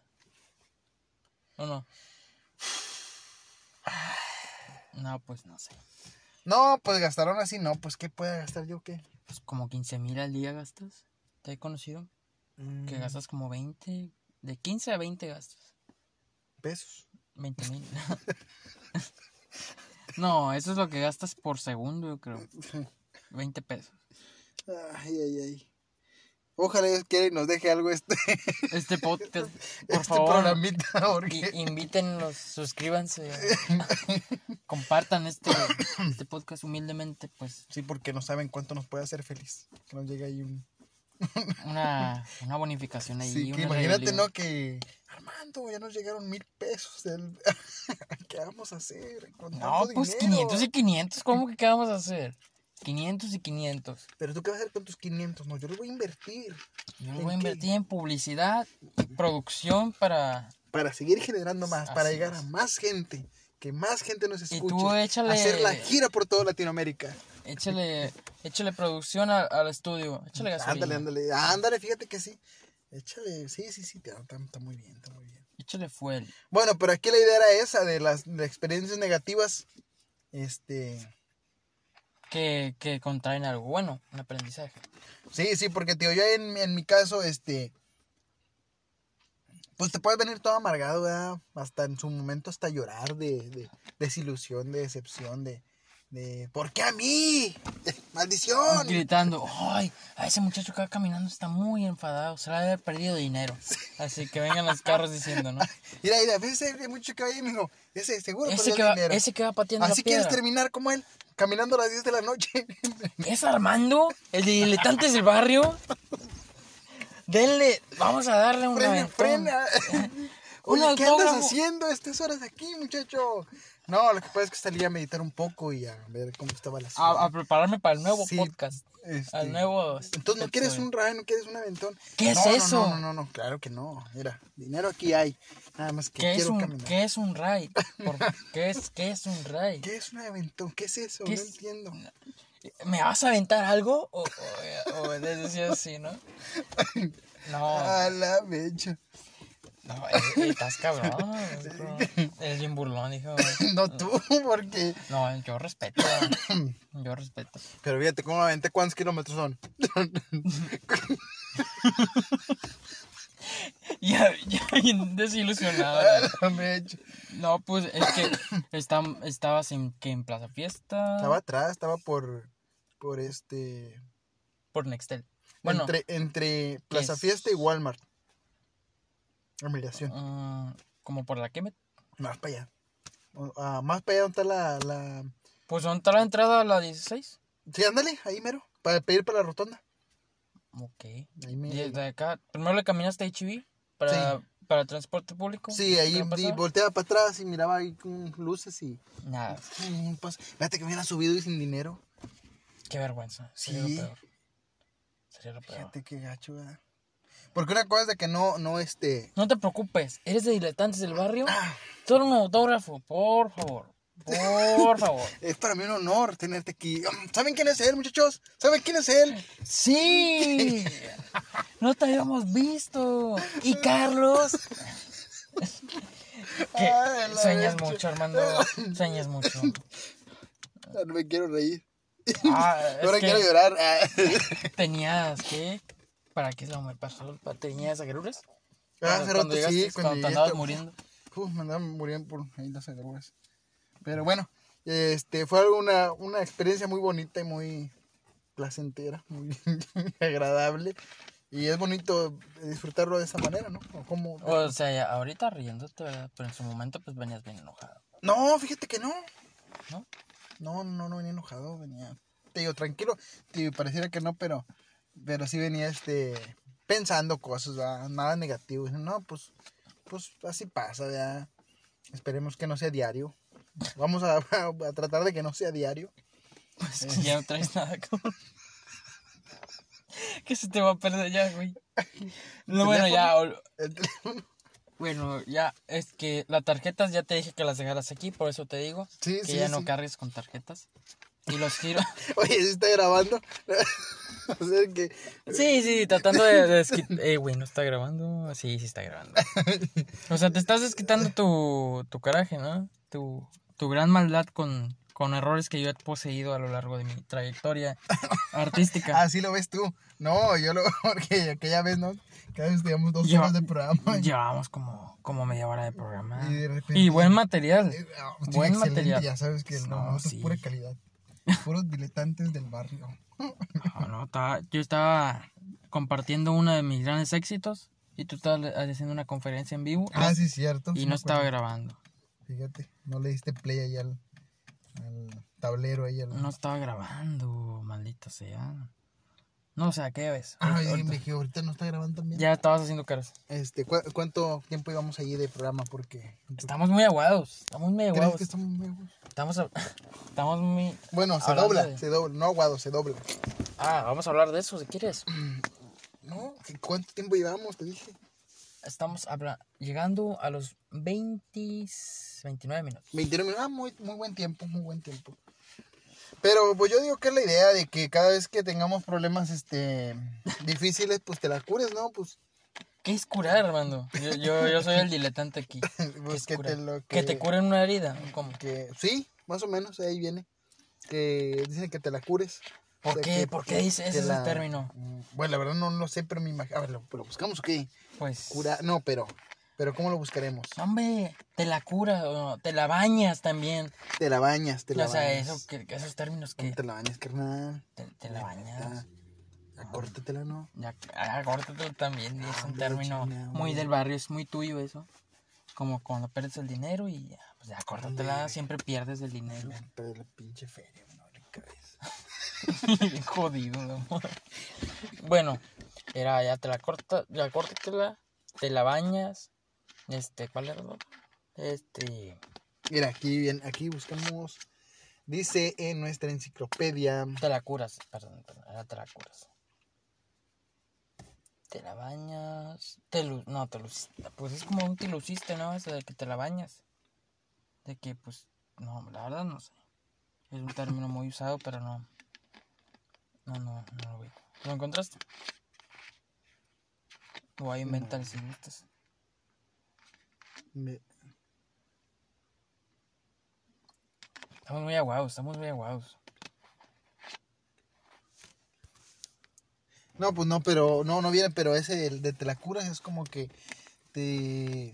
¿O no? No, pues no sé. No, pues gastaron así, no, pues ¿qué puede gastar yo qué? Pues como quince mil al día gastas. ¿Te he conocido? Mm, Que gastas como veinte. De quince a veinte gastas. pesos. veinte mil. No, eso es lo que gastas por segundo, yo creo. veinte pesos. Ay, ay, ay. Ojalá Dios quiera y nos deje algo este, Este podcast, por este favor. programita, porque... I- invítenlos, suscríbanse. Compartan este, este podcast humildemente, pues. Sí, porque no saben cuánto nos puede hacer feliz. Que nos llegue ahí un... Una, una bonificación ahí. Sí, que una imagínate, regalía. ¿no? Que... Armando, ya nos llegaron mil pesos. del- ¿Qué vamos a hacer con No, tanto pues dinero? quinientos y quinientos. ¿Cómo que qué vamos a hacer? quinientos y quinientos. Pero tú qué vas a hacer con tus quinientos, no, yo los voy a invertir. Yo lo ¿En voy a qué? invertir en publicidad y producción para... Para seguir generando más, para Así llegar es. a más gente. Que más gente nos Y escuche. tú échale- Hacer la gira por toda Latinoamérica. Échale, échale producción a- al estudio. Échale gasolina. Ándale, ándale. Ándale, fíjate que sí. Échale, sí, sí, sí, está, está- está muy bien, está muy bien. Échale fuel. Bueno, pero aquí la idea era esa, de las, de experiencias negativas. este... Que, que contraen algo bueno, un aprendizaje. Sí, sí, porque, tío, yo en, en mi caso, este... Pues te puedes venir todo amargado, ¿verdad? Hasta en su momento hasta llorar de, de desilusión, de decepción, de... de ¿por qué a mí? ¡Maldición! Gritando, ay, a ese muchacho que va caminando está muy enfadado, se le ha de haber perdido dinero. Así que vengan los carros diciendo, ¿no? Mira, mira, ves ese muchacho que va ahí, mijo. Ese seguro Ese perdió que, va, dinero. ese que va pateando Así la piedra. quieres terminar como él, caminando a las diez de la noche. ¿Es Armando? ¿El de diletantes del barrio? Denle, vamos a darle un Frena, aventón. frena. Un Oye, ¿qué andas autógrafo. haciendo a estas horas aquí, muchacho? No, lo que pasa es que salí a meditar un poco y a ver cómo estaba la ciudad. A, a prepararme para el nuevo Sí, podcast. este, Al nuevo... Entonces, ¿no quieres un ray, no quieres un aventón? ¿Qué es No, no, eso? No, no, no, no, claro que no. Mira, dinero aquí hay. Nada más que ¿Qué es, quiero un, caminar. ¿Qué es un ray? Por- ¿Qué es, ¿Qué es un ray? ¿Qué es un aventón? ¿Qué es eso? ¿Qué no es? entiendo. ¿Me vas a aventar algo? O, o, o decía así, ¿no? No, A la mecha. no, eh, eh, estás cabrón. Eres bien burlón, hijo. No tú, porque... No, yo respeto. Yo respeto. Pero fíjate, ¿cómo me aventé? ¿Cuántos kilómetros son? Ya, ya bien desilusionado. A la mecha. No, pues es que está, estabas en, que en Plaza Fiesta. Estaba atrás, estaba por... Por este... Por Nextel. Bueno, entre, entre Plaza es? Fiesta y Walmart. Humillación. mm, como por la Kemet. Más para allá. O- ah, más para allá donde está la, la... Pues ¿dónde está la entrada a la dieciséis? Sí, ándale, ahí mero. Para pedir para la rotonda. Ok. Ahí me... Y desde acá, primero le caminaste a H E B para, Sí. para transporte público. Sí, ahí ¿Qué di- pasaba? volteaba para atrás y miraba ahí con luces y... Nada, Mm, pues, fíjate que me hubiera subido y sin dinero. qué vergüenza. Sería Sí. lo peor. Sería lo peor. Fíjate qué gacho, ¿verdad? Porque una cosa es de que no, no, este... No te preocupes, eres de Diletantes del Barrio. Ah, Solo un autógrafo, por favor. Por favor. es para mí un honor tenerte aquí. ¿Saben quién es él, muchachos? ¿Saben quién es él? ¡Sí! No te habíamos visto. ¿Y Carlos? ¿Qué? Ay, la Sueñas mecha. mucho, Armando. Sueñas mucho. Ah, no me quiero reír. Ah, Ahora es quiero que llorar. Ah. tenías, ¿qué? ¿Para qué se me pasó? ¿Tenías agruras? Ah, hace rato llegaste, sí, cuando cuando te llegué andabas estaba- muriendo. Uf, me andaban muriendo por ahí las agruras. Pero bueno, este, fue algo- una, una experiencia muy bonita y muy placentera, muy agradable. Y es bonito disfrutarlo de esa manera, ¿no? O como... O sea, ya ahorita riéndote, ¿verdad? Pero en su momento pues venías bien enojado. No, fíjate que no. ¿No? No, no, no venía enojado, venía... Te digo, tranquilo, te digo, pareciera que no, pero... Pero sí venía, este... Pensando cosas, ¿verdad? Nada negativo. Dije, no, pues... Pues así pasa, ¿verdad? Esperemos que no sea diario. Vamos a, a tratar de que no sea diario. Pues que ya no traes nada como... que se te va a perder ya, güey. No, bueno, ya... ol- El teléfono. Bueno, ya, es que las tarjetas ya te dije que las dejaras aquí, por eso te digo. Sí, que sí, ya sí. no cargues con tarjetas. Y los giros... Oye, ¿sí está grabando? O sea que... Sí, sí, tratando de, de desquitar. Eh, güey, ¿no está grabando? Sí, sí está grabando. O sea, te estás desquitando tu, tu coraje, ¿no? Tu, tu gran maldad con, con errores que yo he poseído a lo largo de mi trayectoria artística. Así lo ves tú. No, yo lo... Porque aquella vez, ¿no? Cada vez teníamos dos Lleva- horas de programa. Llevamos como, como media hora de programa. Y de repente- Y buen material. Eh, ah, sí, Buen excelente, material. Ya sabes que No, no, esto sí. es pura calidad. Puros diletantes del barrio. No, no, estaba- yo estaba compartiendo uno de mis grandes éxitos y tú estabas haciendo una conferencia en vivo. Ah, sí, cierto. Y sí no me estaba acuerdo. grabando. Fíjate, no le diste play ahí al, al tablero ahí al... No estaba grabando, maldito sea. No, o sea, ¿qué ves? Ay, Ahorita- ahorita- dije, ahorita no está grabando también. Ya estabas haciendo caras. Este, ¿cu- ¿cuánto tiempo íbamos allí de programa? Porque... Estamos muy aguados. Estamos muy ¿Crees aguados. que estamos nuevos? Estamos, a- estamos muy... Bueno, se Hablando dobla, de- se dobla, no aguado, se dobla. Ah, vamos a hablar de eso si quieres. No, ¿cuánto tiempo llevamos? Te dije. Estamos habla- llegando a los veinte, veintinueve minutos. veintinueve minutos. Ah, muy, muy buen tiempo, muy buen tiempo. Pero pues yo digo que es la idea de que cada vez que tengamos problemas este difíciles, pues te la cures, ¿no? Pues, ¿Qué es curar, Armando? Yo, yo, yo soy el diletante aquí. ¿Qué pues es que curar? te lo ¿Que te curen una herida? ¿Cómo? que sí, más o menos, ahí viene. Que dicen que te la cures. ¿Por O sea, qué? que- ¿Por qué que- dice que ese es la- el término? Bueno, la verdad no lo sé, pero me imagino. A ver, ¿lo, lo buscamos o qué? Pues... Cura... No, pero, pero ¿cómo lo buscaremos? Hombre, te la curas, o te la bañas también. Te la bañas, te la O sea, bañas. eso, que, que esos términos ¿Cómo que... te la bañas, carnal? Te, te la bañas. Acórtatela, ¿no? Ya, ah, córtatelo también, y es un Hombre, término chingada, muy hombre. del barrio, es muy tuyo eso. Como cuando pierdes el dinero y ya, pues ya córtatela, Hombre. siempre pierdes el dinero. Pero la pinche feria, no le cabeza. Bien jodido, ¿no? Bueno, era ya te la corta, ya córtatela, te la bañas. Este, ¿cuál era el otro? Este, Mira, aquí bien, aquí buscamos. Dice en nuestra enciclopedia. te la curas, perdón, perdón, era te la curas. Te la bañas, te lu- no, te luciste, pues es como un te luciste, ¿no? Eso de que te la bañas. De que, pues, no, la verdad no sé. Es un término muy usado, pero no. No, no, no lo veo. ¿Lo encontraste? O ahí inventar si gustas. Me- Estamos muy aguados, estamos muy aguados. No, pues no, pero no, no viene, pero ese el de te la curas es como que te...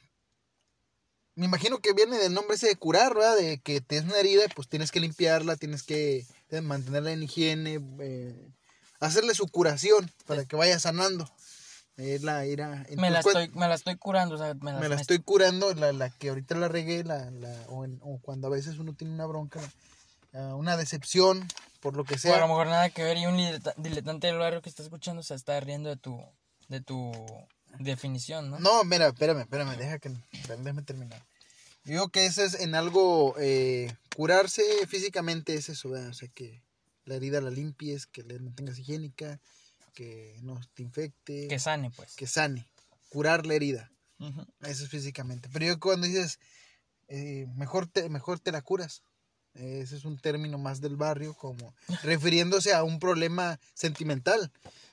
Me imagino que viene del nombre ese de curar, ¿verdad? De que tienes una herida, pues tienes que limpiarla, tienes que eh, mantenerla en higiene, eh, hacerle su curación para que vaya sanando. Es la ira. Me la, estoy, me la estoy curando, o sea, me la, me la me estoy curando, la, la que ahorita la regué, la, la, o, en- o cuando a veces uno tiene una bronca, la- una decepción, por lo que O a sea. lo mejor nada que ver y un dileta- diletante del barrio que está escuchando se está riendo de tu, de tu definición, ¿no? No, mira, espérame, espérame, deja que, déjame terminar. Yo digo que eso es en algo, eh, curarse físicamente es eso, ¿verdad? O sea, que la herida la limpies, que la mantengas higiénica, que no te infecte. Que sane, pues. Que sane, curar la herida. Uh-huh. Eso es físicamente. Pero yo cuando dices, eh, mejor, te, mejor te la curas. Eh, ese es un término más del barrio, como refiriéndose a un problema sentimental,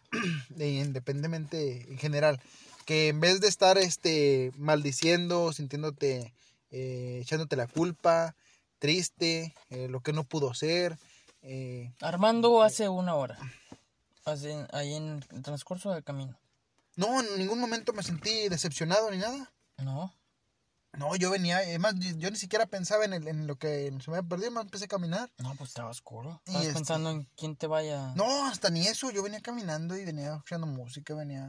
eh, independientemente en general. Que en vez de estar este, maldiciendo, sintiéndote, eh, echándote la culpa, triste, eh, lo que no pudo ser. Eh, Armando hace una hora. Hace, ahí en el transcurso del camino. no, en ningún momento me sentí decepcionado ni nada. No. No, yo venía, además yo, yo ni siquiera pensaba en, el, en lo que se me había perdido, más empecé a caminar. No, pues estaba oscuro. Y Estabas este- pensando en quién te vaya... No, hasta ni eso, yo venía caminando y venía escuchando música, venía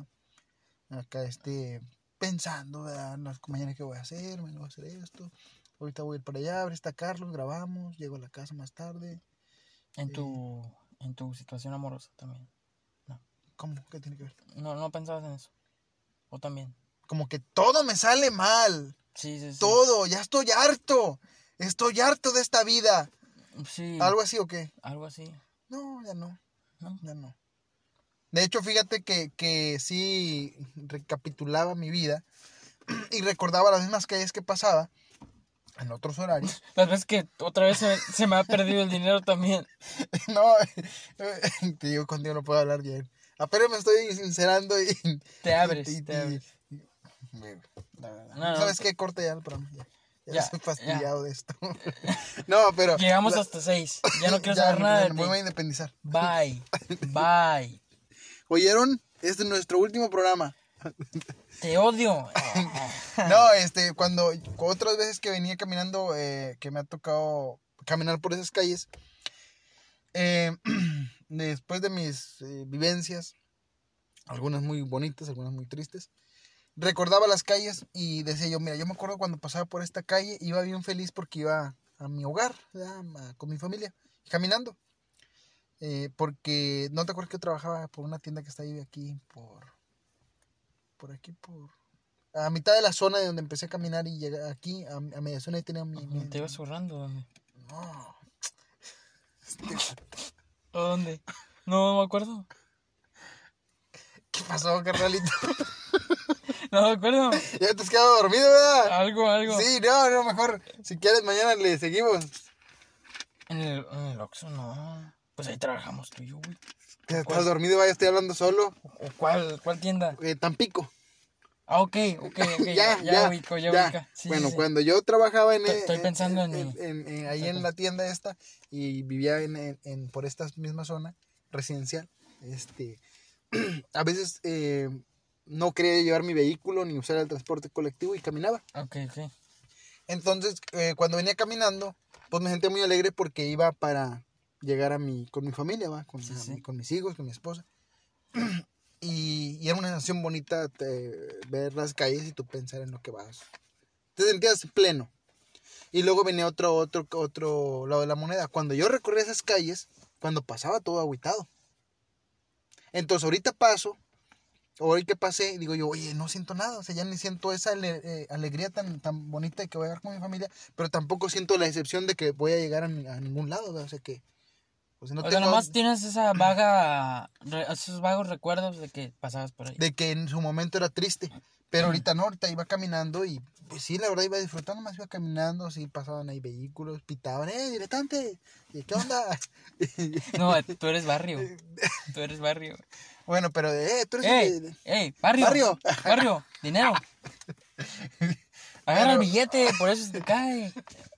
acá este pensando, ¿verdad? Las mañana que voy a hacer, me voy a hacer esto. Ahorita voy a ir para allá, ahora está Carlos, grabamos, llego a la casa más tarde. En tu, en tu situación amorosa también. ¿Cómo? ¿Qué tiene que ver? No, no pensabas en eso. O también. Como que todo me sale mal, Sí, sí, sí. todo, ya estoy harto, estoy harto de esta vida. Sí. ¿Algo así o qué? Algo así. No, ya no, ¿No? ya no. De hecho, fíjate que, que sí recapitulaba mi vida y recordaba las mismas calles que pasaba en otros horarios. Las veces que otra vez se, se me ha perdido el dinero también. No, te digo, contigo no puedo hablar bien. Apenas me estoy sincerando y... Te abres, y- y- te y- abres. Me- la verdad. No, no, ¿Sabes te- qué? Corta ya el programa. Ya, ya, Ya, estoy fastidiado de esto. No, pero... Llegamos la- hasta seis. Ya no quiero ya, saber nada de me voy a ti. independizar. Bye. Bye. ¿Oyeron? Este es nuestro último programa. Te odio. No, este, cuando otras veces que venía caminando, eh, que me ha tocado caminar por esas calles, eh, después de mis eh, vivencias, algunas muy bonitas, algunas muy tristes, recordaba las calles y decía yo, mira, yo me acuerdo cuando pasaba por esta calle, iba bien feliz porque iba a mi hogar, ¿verdad? A- con mi familia, caminando. Eh, porque no te acuerdas que yo trabajaba por una tienda que está ahí aquí, por, por aquí, por... A mitad de la zona de donde empecé a caminar y llegué aquí, a, a media zona, ahí tenía mi... mi- Te ibas zurrando, ¿dónde? No. ¿A dónde? No, no me acuerdo. ¿Qué pasó, carnalito? No me acuerdo. Ya te has quedado dormido, ¿verdad? Algo, algo. Sí, no, no, mejor. Si quieres, mañana le seguimos. En el, en el Oxxo, no. Pues ahí trabajamos tú y yo, güey. Que ¿Cuál? estás dormido, vaya, estoy hablando solo. ¿O cuál, cuál tienda? Eh, Tampico. Ah, ok, ok, ok, ya, ya, ya, ya, ubico, ya, ya. ubica. Sí, Bueno, sí, sí. cuando yo trabajaba en, Estoy- estoy en- pensando en- en mi- en- en- ahí Ok. en la tienda esta y vivía en, en, en- por esta misma zona residencial, este, a veces eh, no quería llevar mi vehículo ni usar el transporte colectivo y caminaba. Ok, ok. Entonces, eh, cuando venía caminando, pues me sentía muy alegre porque iba para llegar a mi, con mi familia, ¿va? Con, Sí, a sí. mi- con mis hijos, con mi esposa. Y, y era una sensación bonita te- ver las calles y tú pensar en lo que vas. Te sentías pleno. Y luego venía otro, otro, otro lado de la moneda. Cuando yo recorría esas calles, cuando pasaba todo agüitado. Entonces ahorita paso, hoy que pasé, digo yo, oye, no siento nada. O sea, ya ni siento esa ale- eh, alegría tan, tan bonita de que voy a llegar con mi familia. Pero tampoco siento la decepción de que voy a llegar a, ni- a ningún lado. ¿Verdad? O sea que, pues no O sea, tengo... nomás tienes esa vaga, re- esos vagos recuerdos de que pasabas por ahí. De que en su momento era triste. Pero ahorita no, ahorita iba caminando y pues sí, la verdad iba disfrutando, más iba caminando, sí, pasaban ahí vehículos, pitaban, ¡eh, diletante! ¿Y qué onda? No, tú eres barrio. Tú eres barrio. Bueno, pero, eh, tú eres ¡Ey! el de... ¡Ey! ¡Barrio! Barrio. ¡Barrio! ¡Dinero! Agarra el Pero- billete, por eso se te cae.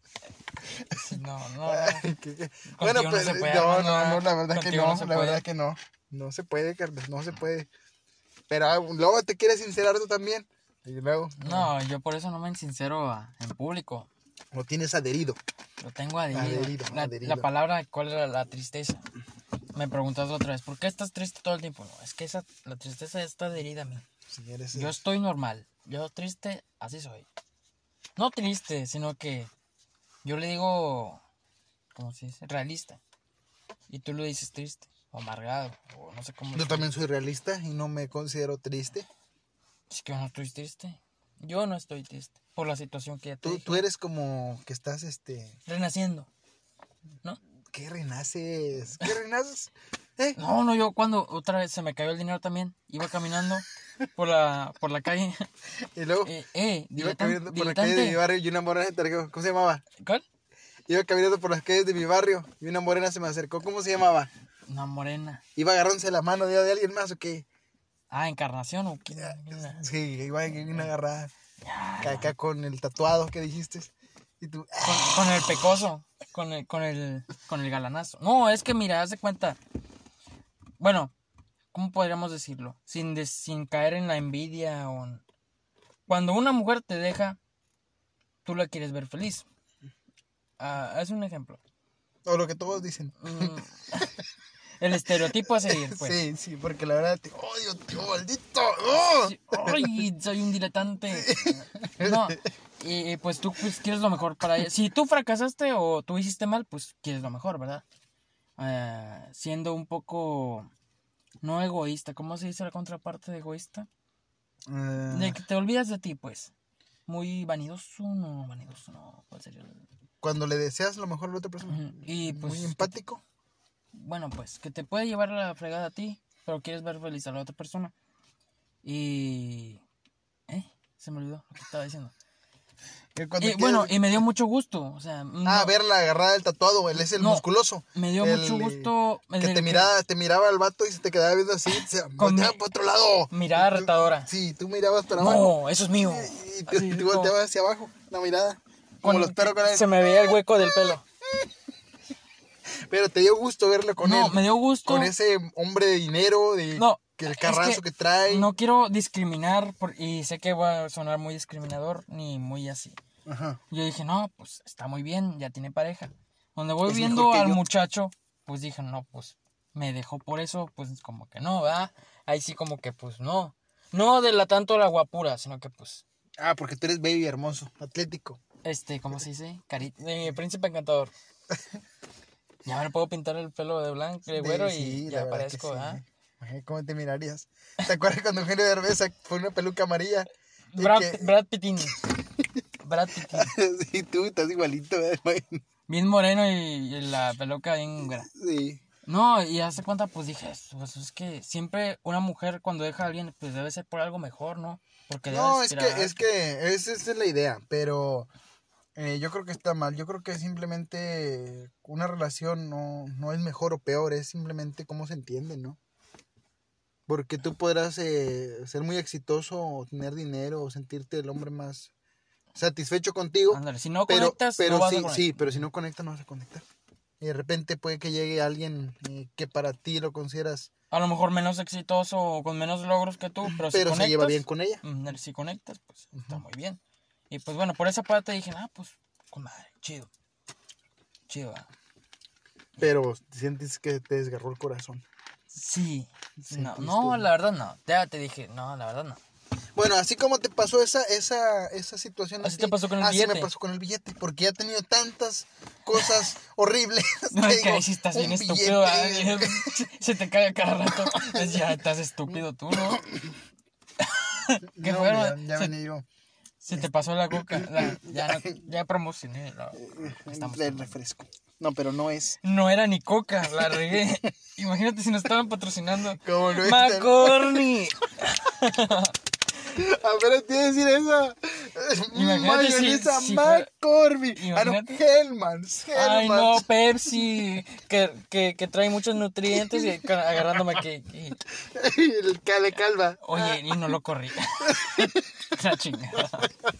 Sí, no, no, no. ¿Qué- qué? Contigo Bueno, no pero se puede, no, Armando, no, ¿verdad? no, la verdad que Contigo no, no se la puede. verdad que no. No se puede, Carlos, no se puede. Pero ah, luego te quieres sincerar tú también. Y luego, No, yo por eso no me sincero a- en público. lo tienes adherido. Lo tengo adherido. Adherido, La, adherido. la palabra, ¿cuál era la tristeza? Me preguntaste otra vez, ¿por qué estás triste todo el tiempo? No, es que esa, la tristeza está adherida a mí. Si eres, Yo estoy normal. Yo triste, así soy. No triste, sino que yo le digo, ¿cómo se dice? Realista. Y tú lo dices triste, o amargado, o no sé cómo. Yo también soy realista y no me considero triste. Es que yo no estoy triste. Yo no estoy triste. Por la situación que ya te Tú, dije. tú eres como que estás, este... Renaciendo. ¿No? ¿Qué renaces? ¿Qué renaces? ¿Eh? No, no, yo cuando otra vez se me cayó el dinero también. Iba caminando por la, por la calle. Y luego Eh, eh, iba diletan- caminando por la calle de mi diletante. barrio y una morena se me acercó. ¿Cómo se llamaba? ¿Cuál? Iba caminando por las calles de mi barrio y una morena se me acercó. ¿Cómo se llamaba? Una morena. ¿Iba agarrándose la mano de, de alguien más o qué? Ah, ¿Encarnación o qué? Sí, iba en una agarrada. Ya, Acá, acá con el tatuado que dijiste. Y tú... Con, con el pecoso, con el, con el, con el galanazo. No, es que mira, haz de cuenta. Bueno, ¿cómo podríamos decirlo? Sin, des- sin caer en la envidia o en- Cuando una mujer te deja, tú la quieres ver feliz. Ah, es un ejemplo. O lo que todos dicen. Mm, el estereotipo a seguir, pues. Sí, sí, porque la verdad te odio, tío, maldito. ¡Oh! Sí, ay, soy un diletante. No, y pues tú pues, quieres lo mejor para ella. Si tú fracasaste o tú hiciste mal, pues quieres lo mejor, ¿verdad? Eh, siendo un poco no egoísta. ¿Cómo se dice la contraparte de egoísta? Eh, De que te olvidas de ti, pues. Muy vanidoso, no, vanidoso, no. ¿Cuál sería el- cuando le deseas lo mejor a la otra persona. Ujú, y pues Muy que- empático. bueno, pues que te puede llevar a la fregada a ti, pero quieres ver feliz a la otra persona. Y... ¿Eh? Se me olvidó lo que estaba diciendo. Que cuando Y, quieres- bueno, y me dio mucho gusto, o sea... Ah, no- ver la agarrada del tatuado, él es el No, musculoso. me dio El, mucho eh, gusto... el Que del te miraba, te miraba el vato y se te quedaba viendo así, se Con volteaba mi- para otro lado. mirada Y tú- retadora. Sí, tú mirabas para abajo. No, eso es mío. Y tú, Así, tú como- volteabas hacia abajo, la mirada. Como con- los perros con él. Se me veía el hueco del pelo. Pero te dio gusto verlo con No, él. me dio gusto. Con ese hombre de dinero, de No, que el es carrazo que que, trae. No quiero discriminar, por- y sé que voy a sonar muy discriminador, ni muy así. Ajá. Yo dije, no, pues está muy bien, ya tiene pareja. Donde voy Es viendo mejor que al yo. muchacho, pues dije, no, pues me dejó por eso, pues como que no, ¿verdad? Ahí sí como que pues no. No de la tanto la guapura, sino que pues, Ah, porque tú eres baby hermoso, atlético. este, ¿cómo se dice? Cari eh, príncipe encantador. Ya me puedo pintar el pelo de blanco, de güero, Sí, y sí, la ya verdad que parezco, sí. ¿verdad? Ay, ¿cómo te mirarías? ¿Te acuerdas cuando Eugenio Derbez fue una peluca amarilla? Y Brad, que- Brad Pittini. Brad Pittini. Sí, tú estás igualito, ¿verdad? Bien moreno y, y la peluca bien güera. Sí. No, y hace cuenta, pues dije, pues es que siempre una mujer cuando deja a alguien, pues debe ser por algo mejor, ¿no? Porque debe No, es que, aspirar. es que esa, esa es la idea, pero eh, yo creo que está mal. Yo creo que simplemente una relación no, no es mejor o peor, es simplemente cómo se entiende, ¿no? Porque tú podrás eh, ser muy exitoso o tener dinero o sentirte el hombre más satisfecho contigo. Ándale, si no pero, conectas, pero no vas sí, a conectar. sí, pero si no conectas no vas a conectar. Y de repente puede que llegue alguien eh, que para ti lo consideras, A lo mejor menos exitoso o con menos logros que tú, pero, si pero conectas, se lleva bien con ella. mm, si conectas, pues está muy bien. Y pues bueno, por esa parte dije, ah, pues, con madre, chido. Chido, ¿verdad? Pero sientes que te desgarró el corazón. Sí. No, Sentiste. no, la verdad no. Ya te dije, no, la verdad no. Bueno, así como te pasó esa esa esa situación. Así a te ti, pasó con el así billete. me pasó con el billete, porque ya he tenido tantas cosas horribles. No, que es que digo, ahí sí estás bien un estúpido, billete. ¿verdad? Se te cae a cada rato. Pues ya estás estúpido tú, ¿no? ¿Qué No, fue, ya, man? ya Se- venía yo. Se te pasó la coca. La- ya, no- ya promocioné. No, estamos El tomando. refresco. No, pero no es. No era ni coca, la regué. Imagínate si nos estaban patrocinando. ¿Cómo no es? ¡McCorney! A ver, te iba a decir eso. Imagínate si- Mayonesa si fuera- McCormick. Ah, no, Imagínate. Hellmann's. Ay, no, Hellmann's. Pepsi. Que, que, que trae muchos nutrientes y ca- agarrándome aquí. y- El cale calva. Oye, y no lo corrí. La chingada.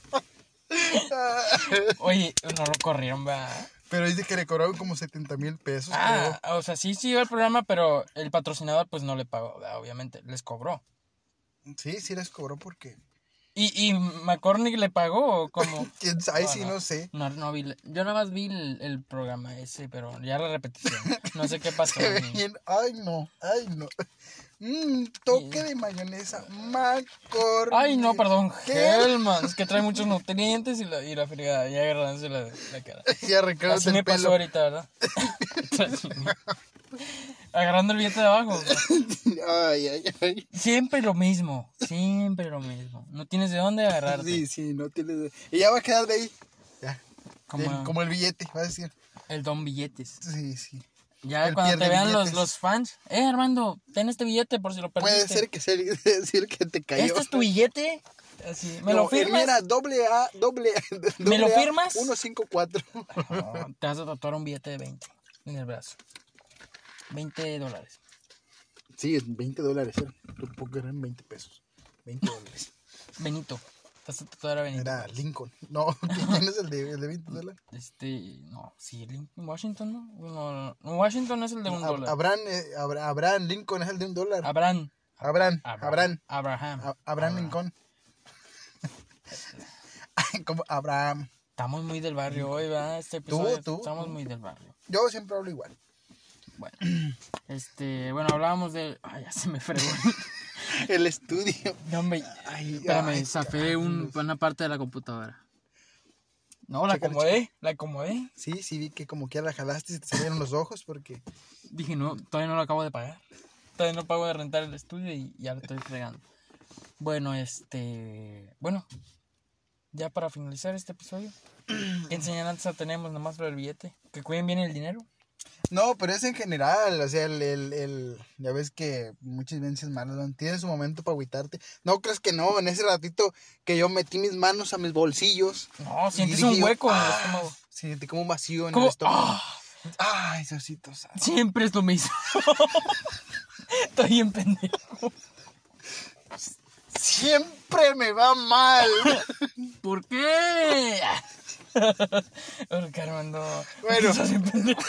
Oye, no lo corrieron, va. Pero dice que le cobraron como setenta mil pesos, Ah, o sea, sí siguió el programa, pero el patrocinador pues no le pagó, ¿verdad? Obviamente, les cobró. creo. Sí, sí les cobró porque... ¿Y, y McCormick le pagó o cómo? ¿Quién sabe? No, Sí, no sé. No, no vi, la- yo nada más vi el, el programa ese, pero ya la repetición. No sé qué pasó. Se ve ni- bien. Ay, no. Ay, no. Mm, toque de mayonesa McCormick. Ay, no, perdón, ¿Qué? Hellmann's, que trae muchos nutrientes y la, y la fregada, ya agarrándose la, la cara. Ya arrancándote Así el me pasó pelo. ahorita, ¿verdad? Agarrando el billete de abajo. Ay, ay, ay. Siempre lo mismo, siempre lo mismo. No tienes de dónde agarrarte. Sí, sí, no tienes... Y ya va a quedar de ahí. Ya. Como, El- como el billete, va a decir. el don billetes. Sí, sí. Ya El cuando te pierde vean los, billetes. los fans, eh, Armando, ten este billete por si lo perdiste. Puede ser que sea decir que te cayó. ¿Este es tu billete? Así, ¿me No, lo firmas? Mira, doble A, doble A. ¿Me lo firmas? ciento cincuenta y cuatro. No, te vas a tatuar un billete de veinte en el brazo. veinte dólares. Sí, veinte dólares. Era. Tampoco eran veinte pesos. veinte dólares. Benito. Te vas a tatuar a Benito. Era Lincoln. No, ¿quién es el de, el de veinte dólares? Este, no, sí, Lin- Washington, ¿no? No, no, Washington es el de un Ab- dólar. Abraham, eh, Abra- Abraham Lincoln es el de un dólar. Abraham. Abraham, Abraham, Abraham. A- Abraham Lincoln. Como Abraham. Estamos muy del barrio hoy, ¿verdad? Este episodio. tú, Estamos tú. muy del barrio. Yo siempre hablo igual. Bueno, este, bueno, hablábamos de. Ay, ya se me fregó. El estudio. No, hombre, Ay, espérame, ay, zafé un, una parte de la computadora. No, la Chécale, acomodé, la acomodé. Sí, sí, vi que como quiera la jalaste y se te salieron los ojos porque... Dije, no, todavía no lo acabo de pagar. Todavía no pago de rentar el estudio y ya lo estoy fregando. Bueno, este. Bueno, ya para finalizar este episodio, ¿qué enseñanza tenemos nomás para el billete? Que cuiden bien el dinero. No, pero es en general, o sea, el, el, el ya ves que muchas veces malas, ¿no? Tienes un momento para agüitarte. No crees que no, en ese ratito que yo metí mis manos a mis bolsillos. No, sientes y un dije yo, hueco en el "Ah", estómago. Sentí como un vacío en ¿Cómo? el estómago. ¡Ah! Ay, Diosito santo. Siempre es lo mismo. Estoy bien pendejo. Siempre me va mal. ¿Por qué? Porque Armando. Bueno. Estás bien pendejo.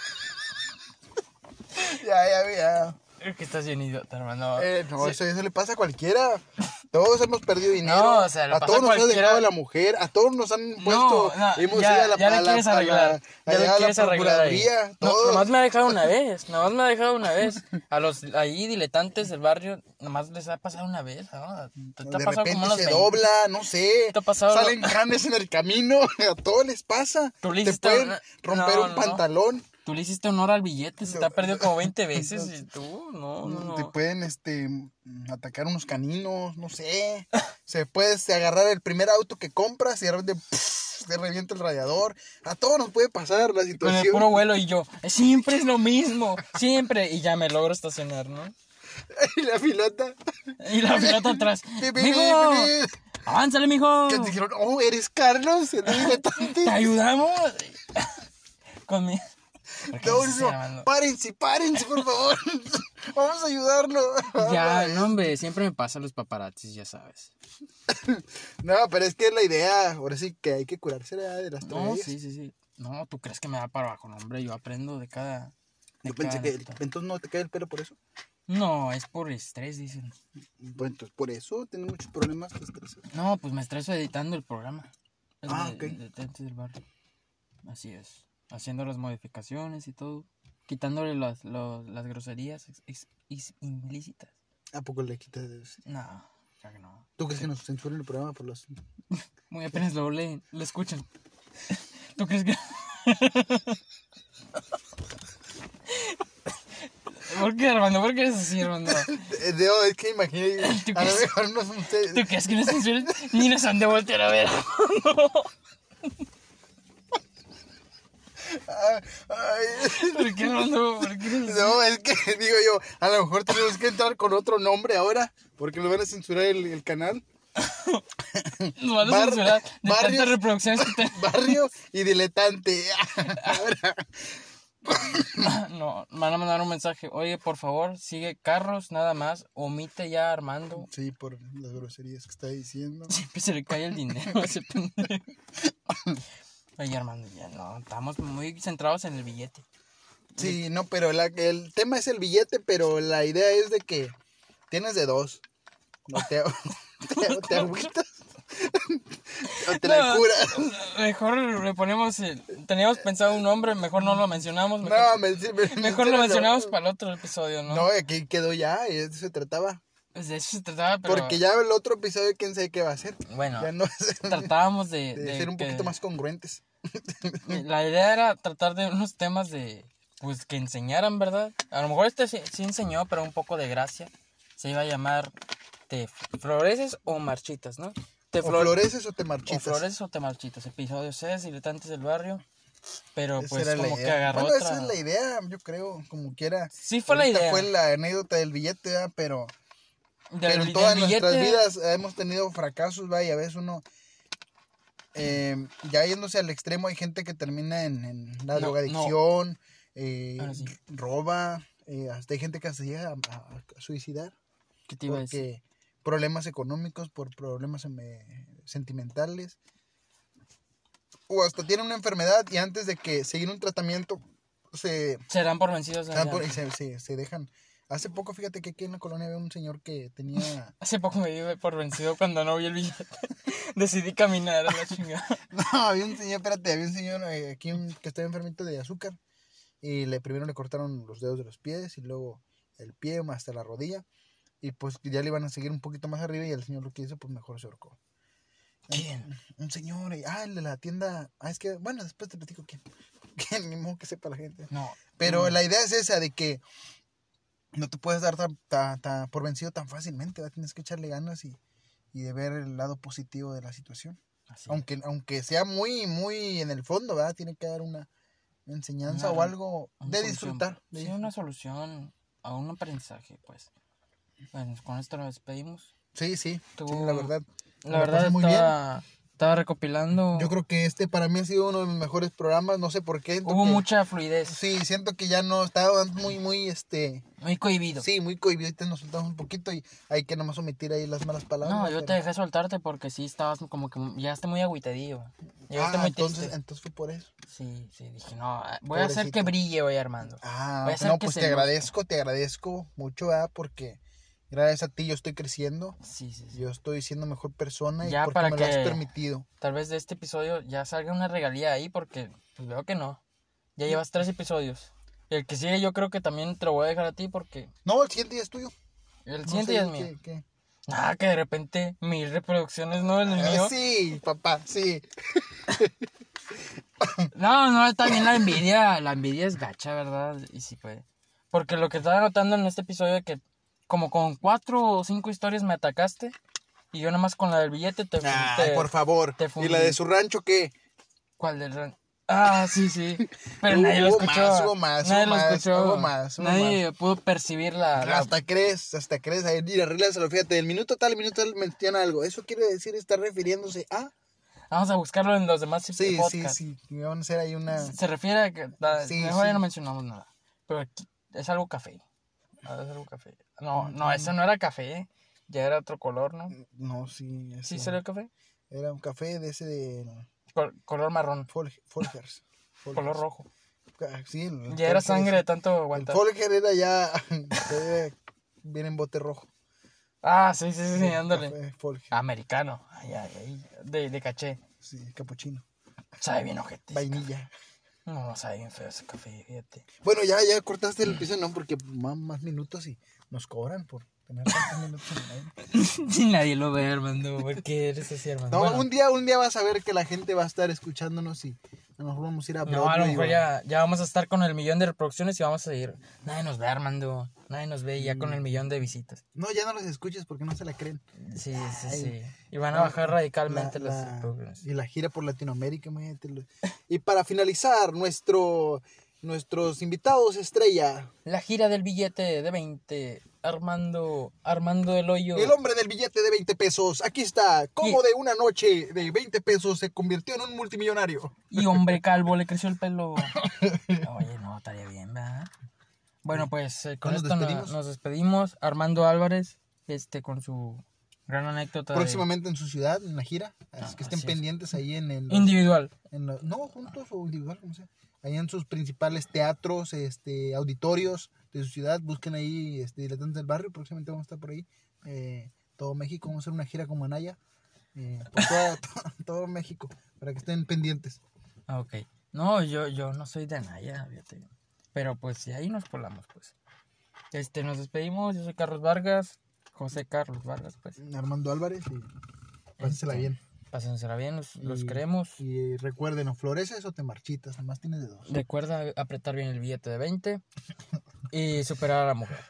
Ya, ya, ya. Es que estás bien idiota, Armando. Eh, no, Sí. eso, eso le pasa a cualquiera. Todos hemos perdido dinero. No, o sea, le a pasa todos a nos ha cualquiera. dejado la mujer. A todos nos han puesto. no, hemos ya, ido a la ya le a la- quieres a la- arreglar. Ya allá le a la quieres arreglar ahí. procuraduría, No, todos. nomás me ha dejado una vez. Nomás me ha dejado una vez. A los ahí diletantes del barrio, nomás les ha pasado una vez. ¿No? Te, te ha de pasado repente como unos se veinte. dobla, no sé. Te ha pasado Salen lo- canes en el camino. A todos les pasa. Tú le Te hiciste pueden una- romper no, un no. pantalón. Tú le hiciste honor al billete. Se te No. ha perdido como veinte veces. Y tú, no, no, Te no. pueden este atacar unos caninos, no sé. Se puede este, agarrar el primer auto que compras y de repente pff, te revienta el radiador. A todos nos puede pasar la Con situación. el puro vuelo y yo, siempre es lo mismo, siempre. Y ya me logro estacionar, ¿no? Y la pilota. Y la pelota atrás. Pi, pi, ¡Mijo! pi, pi. ¡Avánzale, mijo! Que te dijeron, oh, eres Carlos, el diletante. ¿Te ayudamos? Con mi... ¿Por qué No, dices, no, Armando? párense, párense, por favor. Vamos a ayudarlo. Ya, no, hombre, siempre me pasan los paparazzis, ya sabes. No, pero es que es la idea. Ahora sí que hay que curarse de las No, tragedias. sí, sí, sí. No, ¿tú crees que me da para abajo? No, hombre, yo aprendo de cada... De Yo pensé cada que esto. entonces no te cae el pelo por eso. No, es por estrés, dicen. Pues entonces por eso tienes muchos problemas. Te estresas. No, pues me estreso editando el programa. El Ah, de, ok. de Tentes del Barrio. Así es. Haciendo las modificaciones y todo. Quitándole las, los- las groserías ex- ex- ex- implícitas. ¿A poco le quitas? No, claro que no. ¿Tú crees que nos censuren el programa por los... Muy apenas lo leen, lo escuchan. ¿Tú crees que...? ¿Por qué, Armando? ¿Por qué eres así, Armando? Eh, No, es que imagínate. ¿Tú A lo crees? mejor no son ustedes. ¿Tú crees que nos censuren? Ni nos han de voltear a ver. Ay, ay. ¿Por qué, Armando? ¿Por qué eres así? No, es que digo yo, a lo mejor tenemos que entrar con otro nombre ahora, porque nos van a censurar el, el canal. Nos van a Bar- censurar de barrios- tantas reproducciones que tenemos. Barrio y diletante. Ahora. No, van a mandar un mensaje. Oye, por favor, sigue Carlos, nada más. Omite ya a Armando. Sí, por las groserías que está diciendo. Siempre se le cae el dinero a ese pendejo. Oye, Armando, ya no. Estamos muy centrados en el billete. Sí, no, pero la- el tema es el billete, pero la idea es de que tienes de dos. No te, te, te agüitas o te la No, curas. Mejor le ponemos. El... Teníamos pensado un nombre, mejor no lo mencionamos. Mejor, No, me, me- mejor lo menciónalo. mencionamos para el otro episodio, ¿no? No, aquí quedó ya, y de eso se trataba. Pues de eso se trataba, pero. Porque ya el otro episodio, quién sabe qué va a ser. Bueno, Ya no es tratábamos de. de de ser un que- poquito más congruentes. La idea era tratar de unos temas de. Pues que enseñaran, ¿verdad? A lo mejor este sí, sí enseñó, pero un poco de gracia. Se iba a llamar ¿Te floreces o marchitas, no? Te O flor- floreces o te o marchitas. floreces o te marchitas. Episodio seis, Diletantes del Barrio. Pero Esa pues era la como que idea. agarró Bueno, otra. esa es la idea, yo creo, como quiera. Sí fue la Ahorita idea. fue la anécdota del billete, ¿verdad? pero, Del- pero en del todas billete- nuestras vidas hemos tenido fracasos, ¿va? Y a veces uno, eh, ya yéndose al extremo, hay gente que termina en, en la No, drogadicción, eh, Ahora sí. roba, eh, hasta hay gente que hasta llega a, a- a suicidar. ¿Qué te iba a decir? Porque problemas económicos, por problemas eh, sentimentales, o hasta tienen una enfermedad y antes de que seguir un tratamiento se, Serán por vencidos. se dan allá. por- y se, se- se dejan. Hace poco, fíjate que aquí en la colonia había un señor que tenía... Hace poco me di por vencido cuando no vi el billete. Decidí caminar a la chingada. No, había un señor, espérate, había un señor eh, aquí un- que estaba enfermito de azúcar y le primero le cortaron los dedos de los pies y luego el pie hasta la rodilla y pues ya le iban a seguir un poquito más arriba y el señor lo que hizo pues mejor se ahorcó. ¿Quién? Un, un señor, eh, ah, el de la tienda, ah, es que, bueno, después te platico quién, quién, ni modo que sepa la gente. No. Pero Mm. la idea es esa, de que no te puedes dar tan, tan- tan- por vencido tan fácilmente, ¿verdad? Tienes que echarle ganas y, y de ver el lado positivo de la situación. Así es. Aunque, aunque sea muy, muy en el fondo, ¿verdad? Tiene que dar una enseñanza Una- o algo Una de solución. disfrutar. de Sí, disfrutar. una solución a un aprendizaje, pues. Bueno, con esto nos despedimos. Sí, sí, Tú- sí, la verdad. La Me verdad pasé muy estaba, estaba recopilando. Yo creo que este para mí ha sido uno de mis mejores programas, no sé por qué. siento Hubo que- mucha fluidez. Sí, siento que ya no estaba muy, muy, este... Muy cohibido. Sí, muy cohibido, ahorita nos soltamos un poquito y hay que nomás omitir ahí las malas palabras. No, yo te pero- dejé soltarte porque sí estabas como que llegaste muy agüitadillo. Llegaste Ah, muy entonces, triste. entonces fue por eso. Sí, sí, dije, no, voy a hacer Pobrecito. que brille hoy, Armando. Ah, Voy a hacer no, que pues se te luzca. agradezco, te agradezco mucho, ¿verdad? Porque gracias a ti yo estoy creciendo, Sí, sí, sí. yo estoy siendo mejor persona y Ya porque para me lo has que- permitido. Tal vez de este episodio ya salga una regalía ahí porque pues veo que no. Ya llevas tres episodios. Y el que sigue yo creo que también te lo voy a dejar a ti porque No, el siguiente día es tuyo. el No siguiente sé ya es qué- mío. qué- Ah, que de repente mil reproducciones, ¿no? El Ah, mío. sí, papá, sí. No, no, está bien la envidia. La envidia es gacha, ¿verdad? Y sí puede. Porque lo que estaba notando en este episodio es que como con cuatro o cinco historias me atacaste y yo nomás con la del billete te... Ay, te- por favor. te ¿Y fundí. la de su rancho qué? ¿Cuál del ran- Ah, sí, sí. Pero Hubo nadie lo escuchó. más, hubo más, nadie hubo lo más, escuchó. hubo más, hubo nadie pudo percibir la... la- Hasta crees, hasta crees. Ahí, mira, arréglaselo, fíjate, el minuto tal, el minuto tal menciona algo. Eso quiere decir, está refiriéndose a... Vamos a buscarlo en los demás Sí, podcasts. sí, sí. Vamos a hacer ahí una... Se refiere a que... da- Sí, mejor ya sí. no mencionamos nada. Pero aquí es algo café. Ah, es algo café. No, no, eso no era café. ¿eh? Ya era otro color, ¿no? No, sí. ¿Sí ese- sería café? Era un café de ese de... Col- color marrón. Fol- Folgers. Color rojo. Ah, sí, el Ya era Folger sangre de ese. tanto El aguantar. Folger era ya... era- viene en bote rojo. Ah, sí, sí, sí, sí, El ándale. café Folger. Americano. Ay, ay, ay. De, de caché. Sí, capuchino. Sabe bien ojete. Vainilla. No, sabe bien feo ese café, fíjate. Bueno, ya, ya cortaste el episodio, ¿no? Porque más, más minutos y nos cobran por tener tantos minutos en el aire. Si nadie lo ve, Armando. ¿Por qué eres así, Armando? No, Bueno, un día, un día vas a ver que la gente va a estar escuchándonos y a lo mejor vamos a ir a no, a lo Broadway mejor o- ya, ya vamos a estar con el millón de reproducciones y vamos a ir. Nadie nos ve, Armando. Nadie nos ve ya con el millón de visitas. No, ya no los escuches porque no se la creen. Sí, sí, Ay, sí. Y van a la- bajar radicalmente la- las la- reproducciones. Y la gira por Latinoamérica, imagínate. lo- Y para finalizar, nuestro, nuestros invitados estrella, La gira del billete de veinte. Armando, Armando del Hoyo. el hombre del billete de veinte pesos. Aquí está, cómo Y- de una noche de veinte pesos se convirtió en un multimillonario. Y hombre calvo, le creció el pelo. Oye, no, estaría bien, ¿verdad? Bueno, pues eh, con ¿Ya nos esto no- despedimos? nos despedimos. Armando Álvarez, este, con su gran anécdota. de- Próximamente en su ciudad, en la gira. Así que estén así es. pendientes ahí en el... Individual. en lo- no, juntos o individual, como sea. Ahí en sus principales teatros, este, auditorios de su ciudad. Busquen ahí este, Diletantes del Barrio. Próximamente vamos a estar por ahí. Eh, todo México. Vamos a hacer una gira como Anaya. Eh, por toda- todo, todo México. Para que estén pendientes. Ah, ok. No, yo, yo no soy de Anaya, fíjate. Pero pues si ahí nos colamos, pues. Este, nos despedimos. Yo soy Carlos Vargas. José Carlos Vargas, pues. Armando Álvarez. Y pásensela Este, bien. Pásensela bien, los, los Y- queremos. Y recuerden, o floreces o te marchitas. Nada más tienes de dos. Recuerda apretar bien el billete de veinte y superar a la mujer.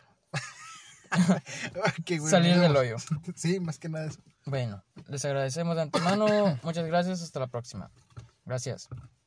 Qué bueno. Salir del hoyo. Sí, más que nada eso. Bueno, les agradecemos de antemano. Muchas gracias. Hasta la próxima. Gracias.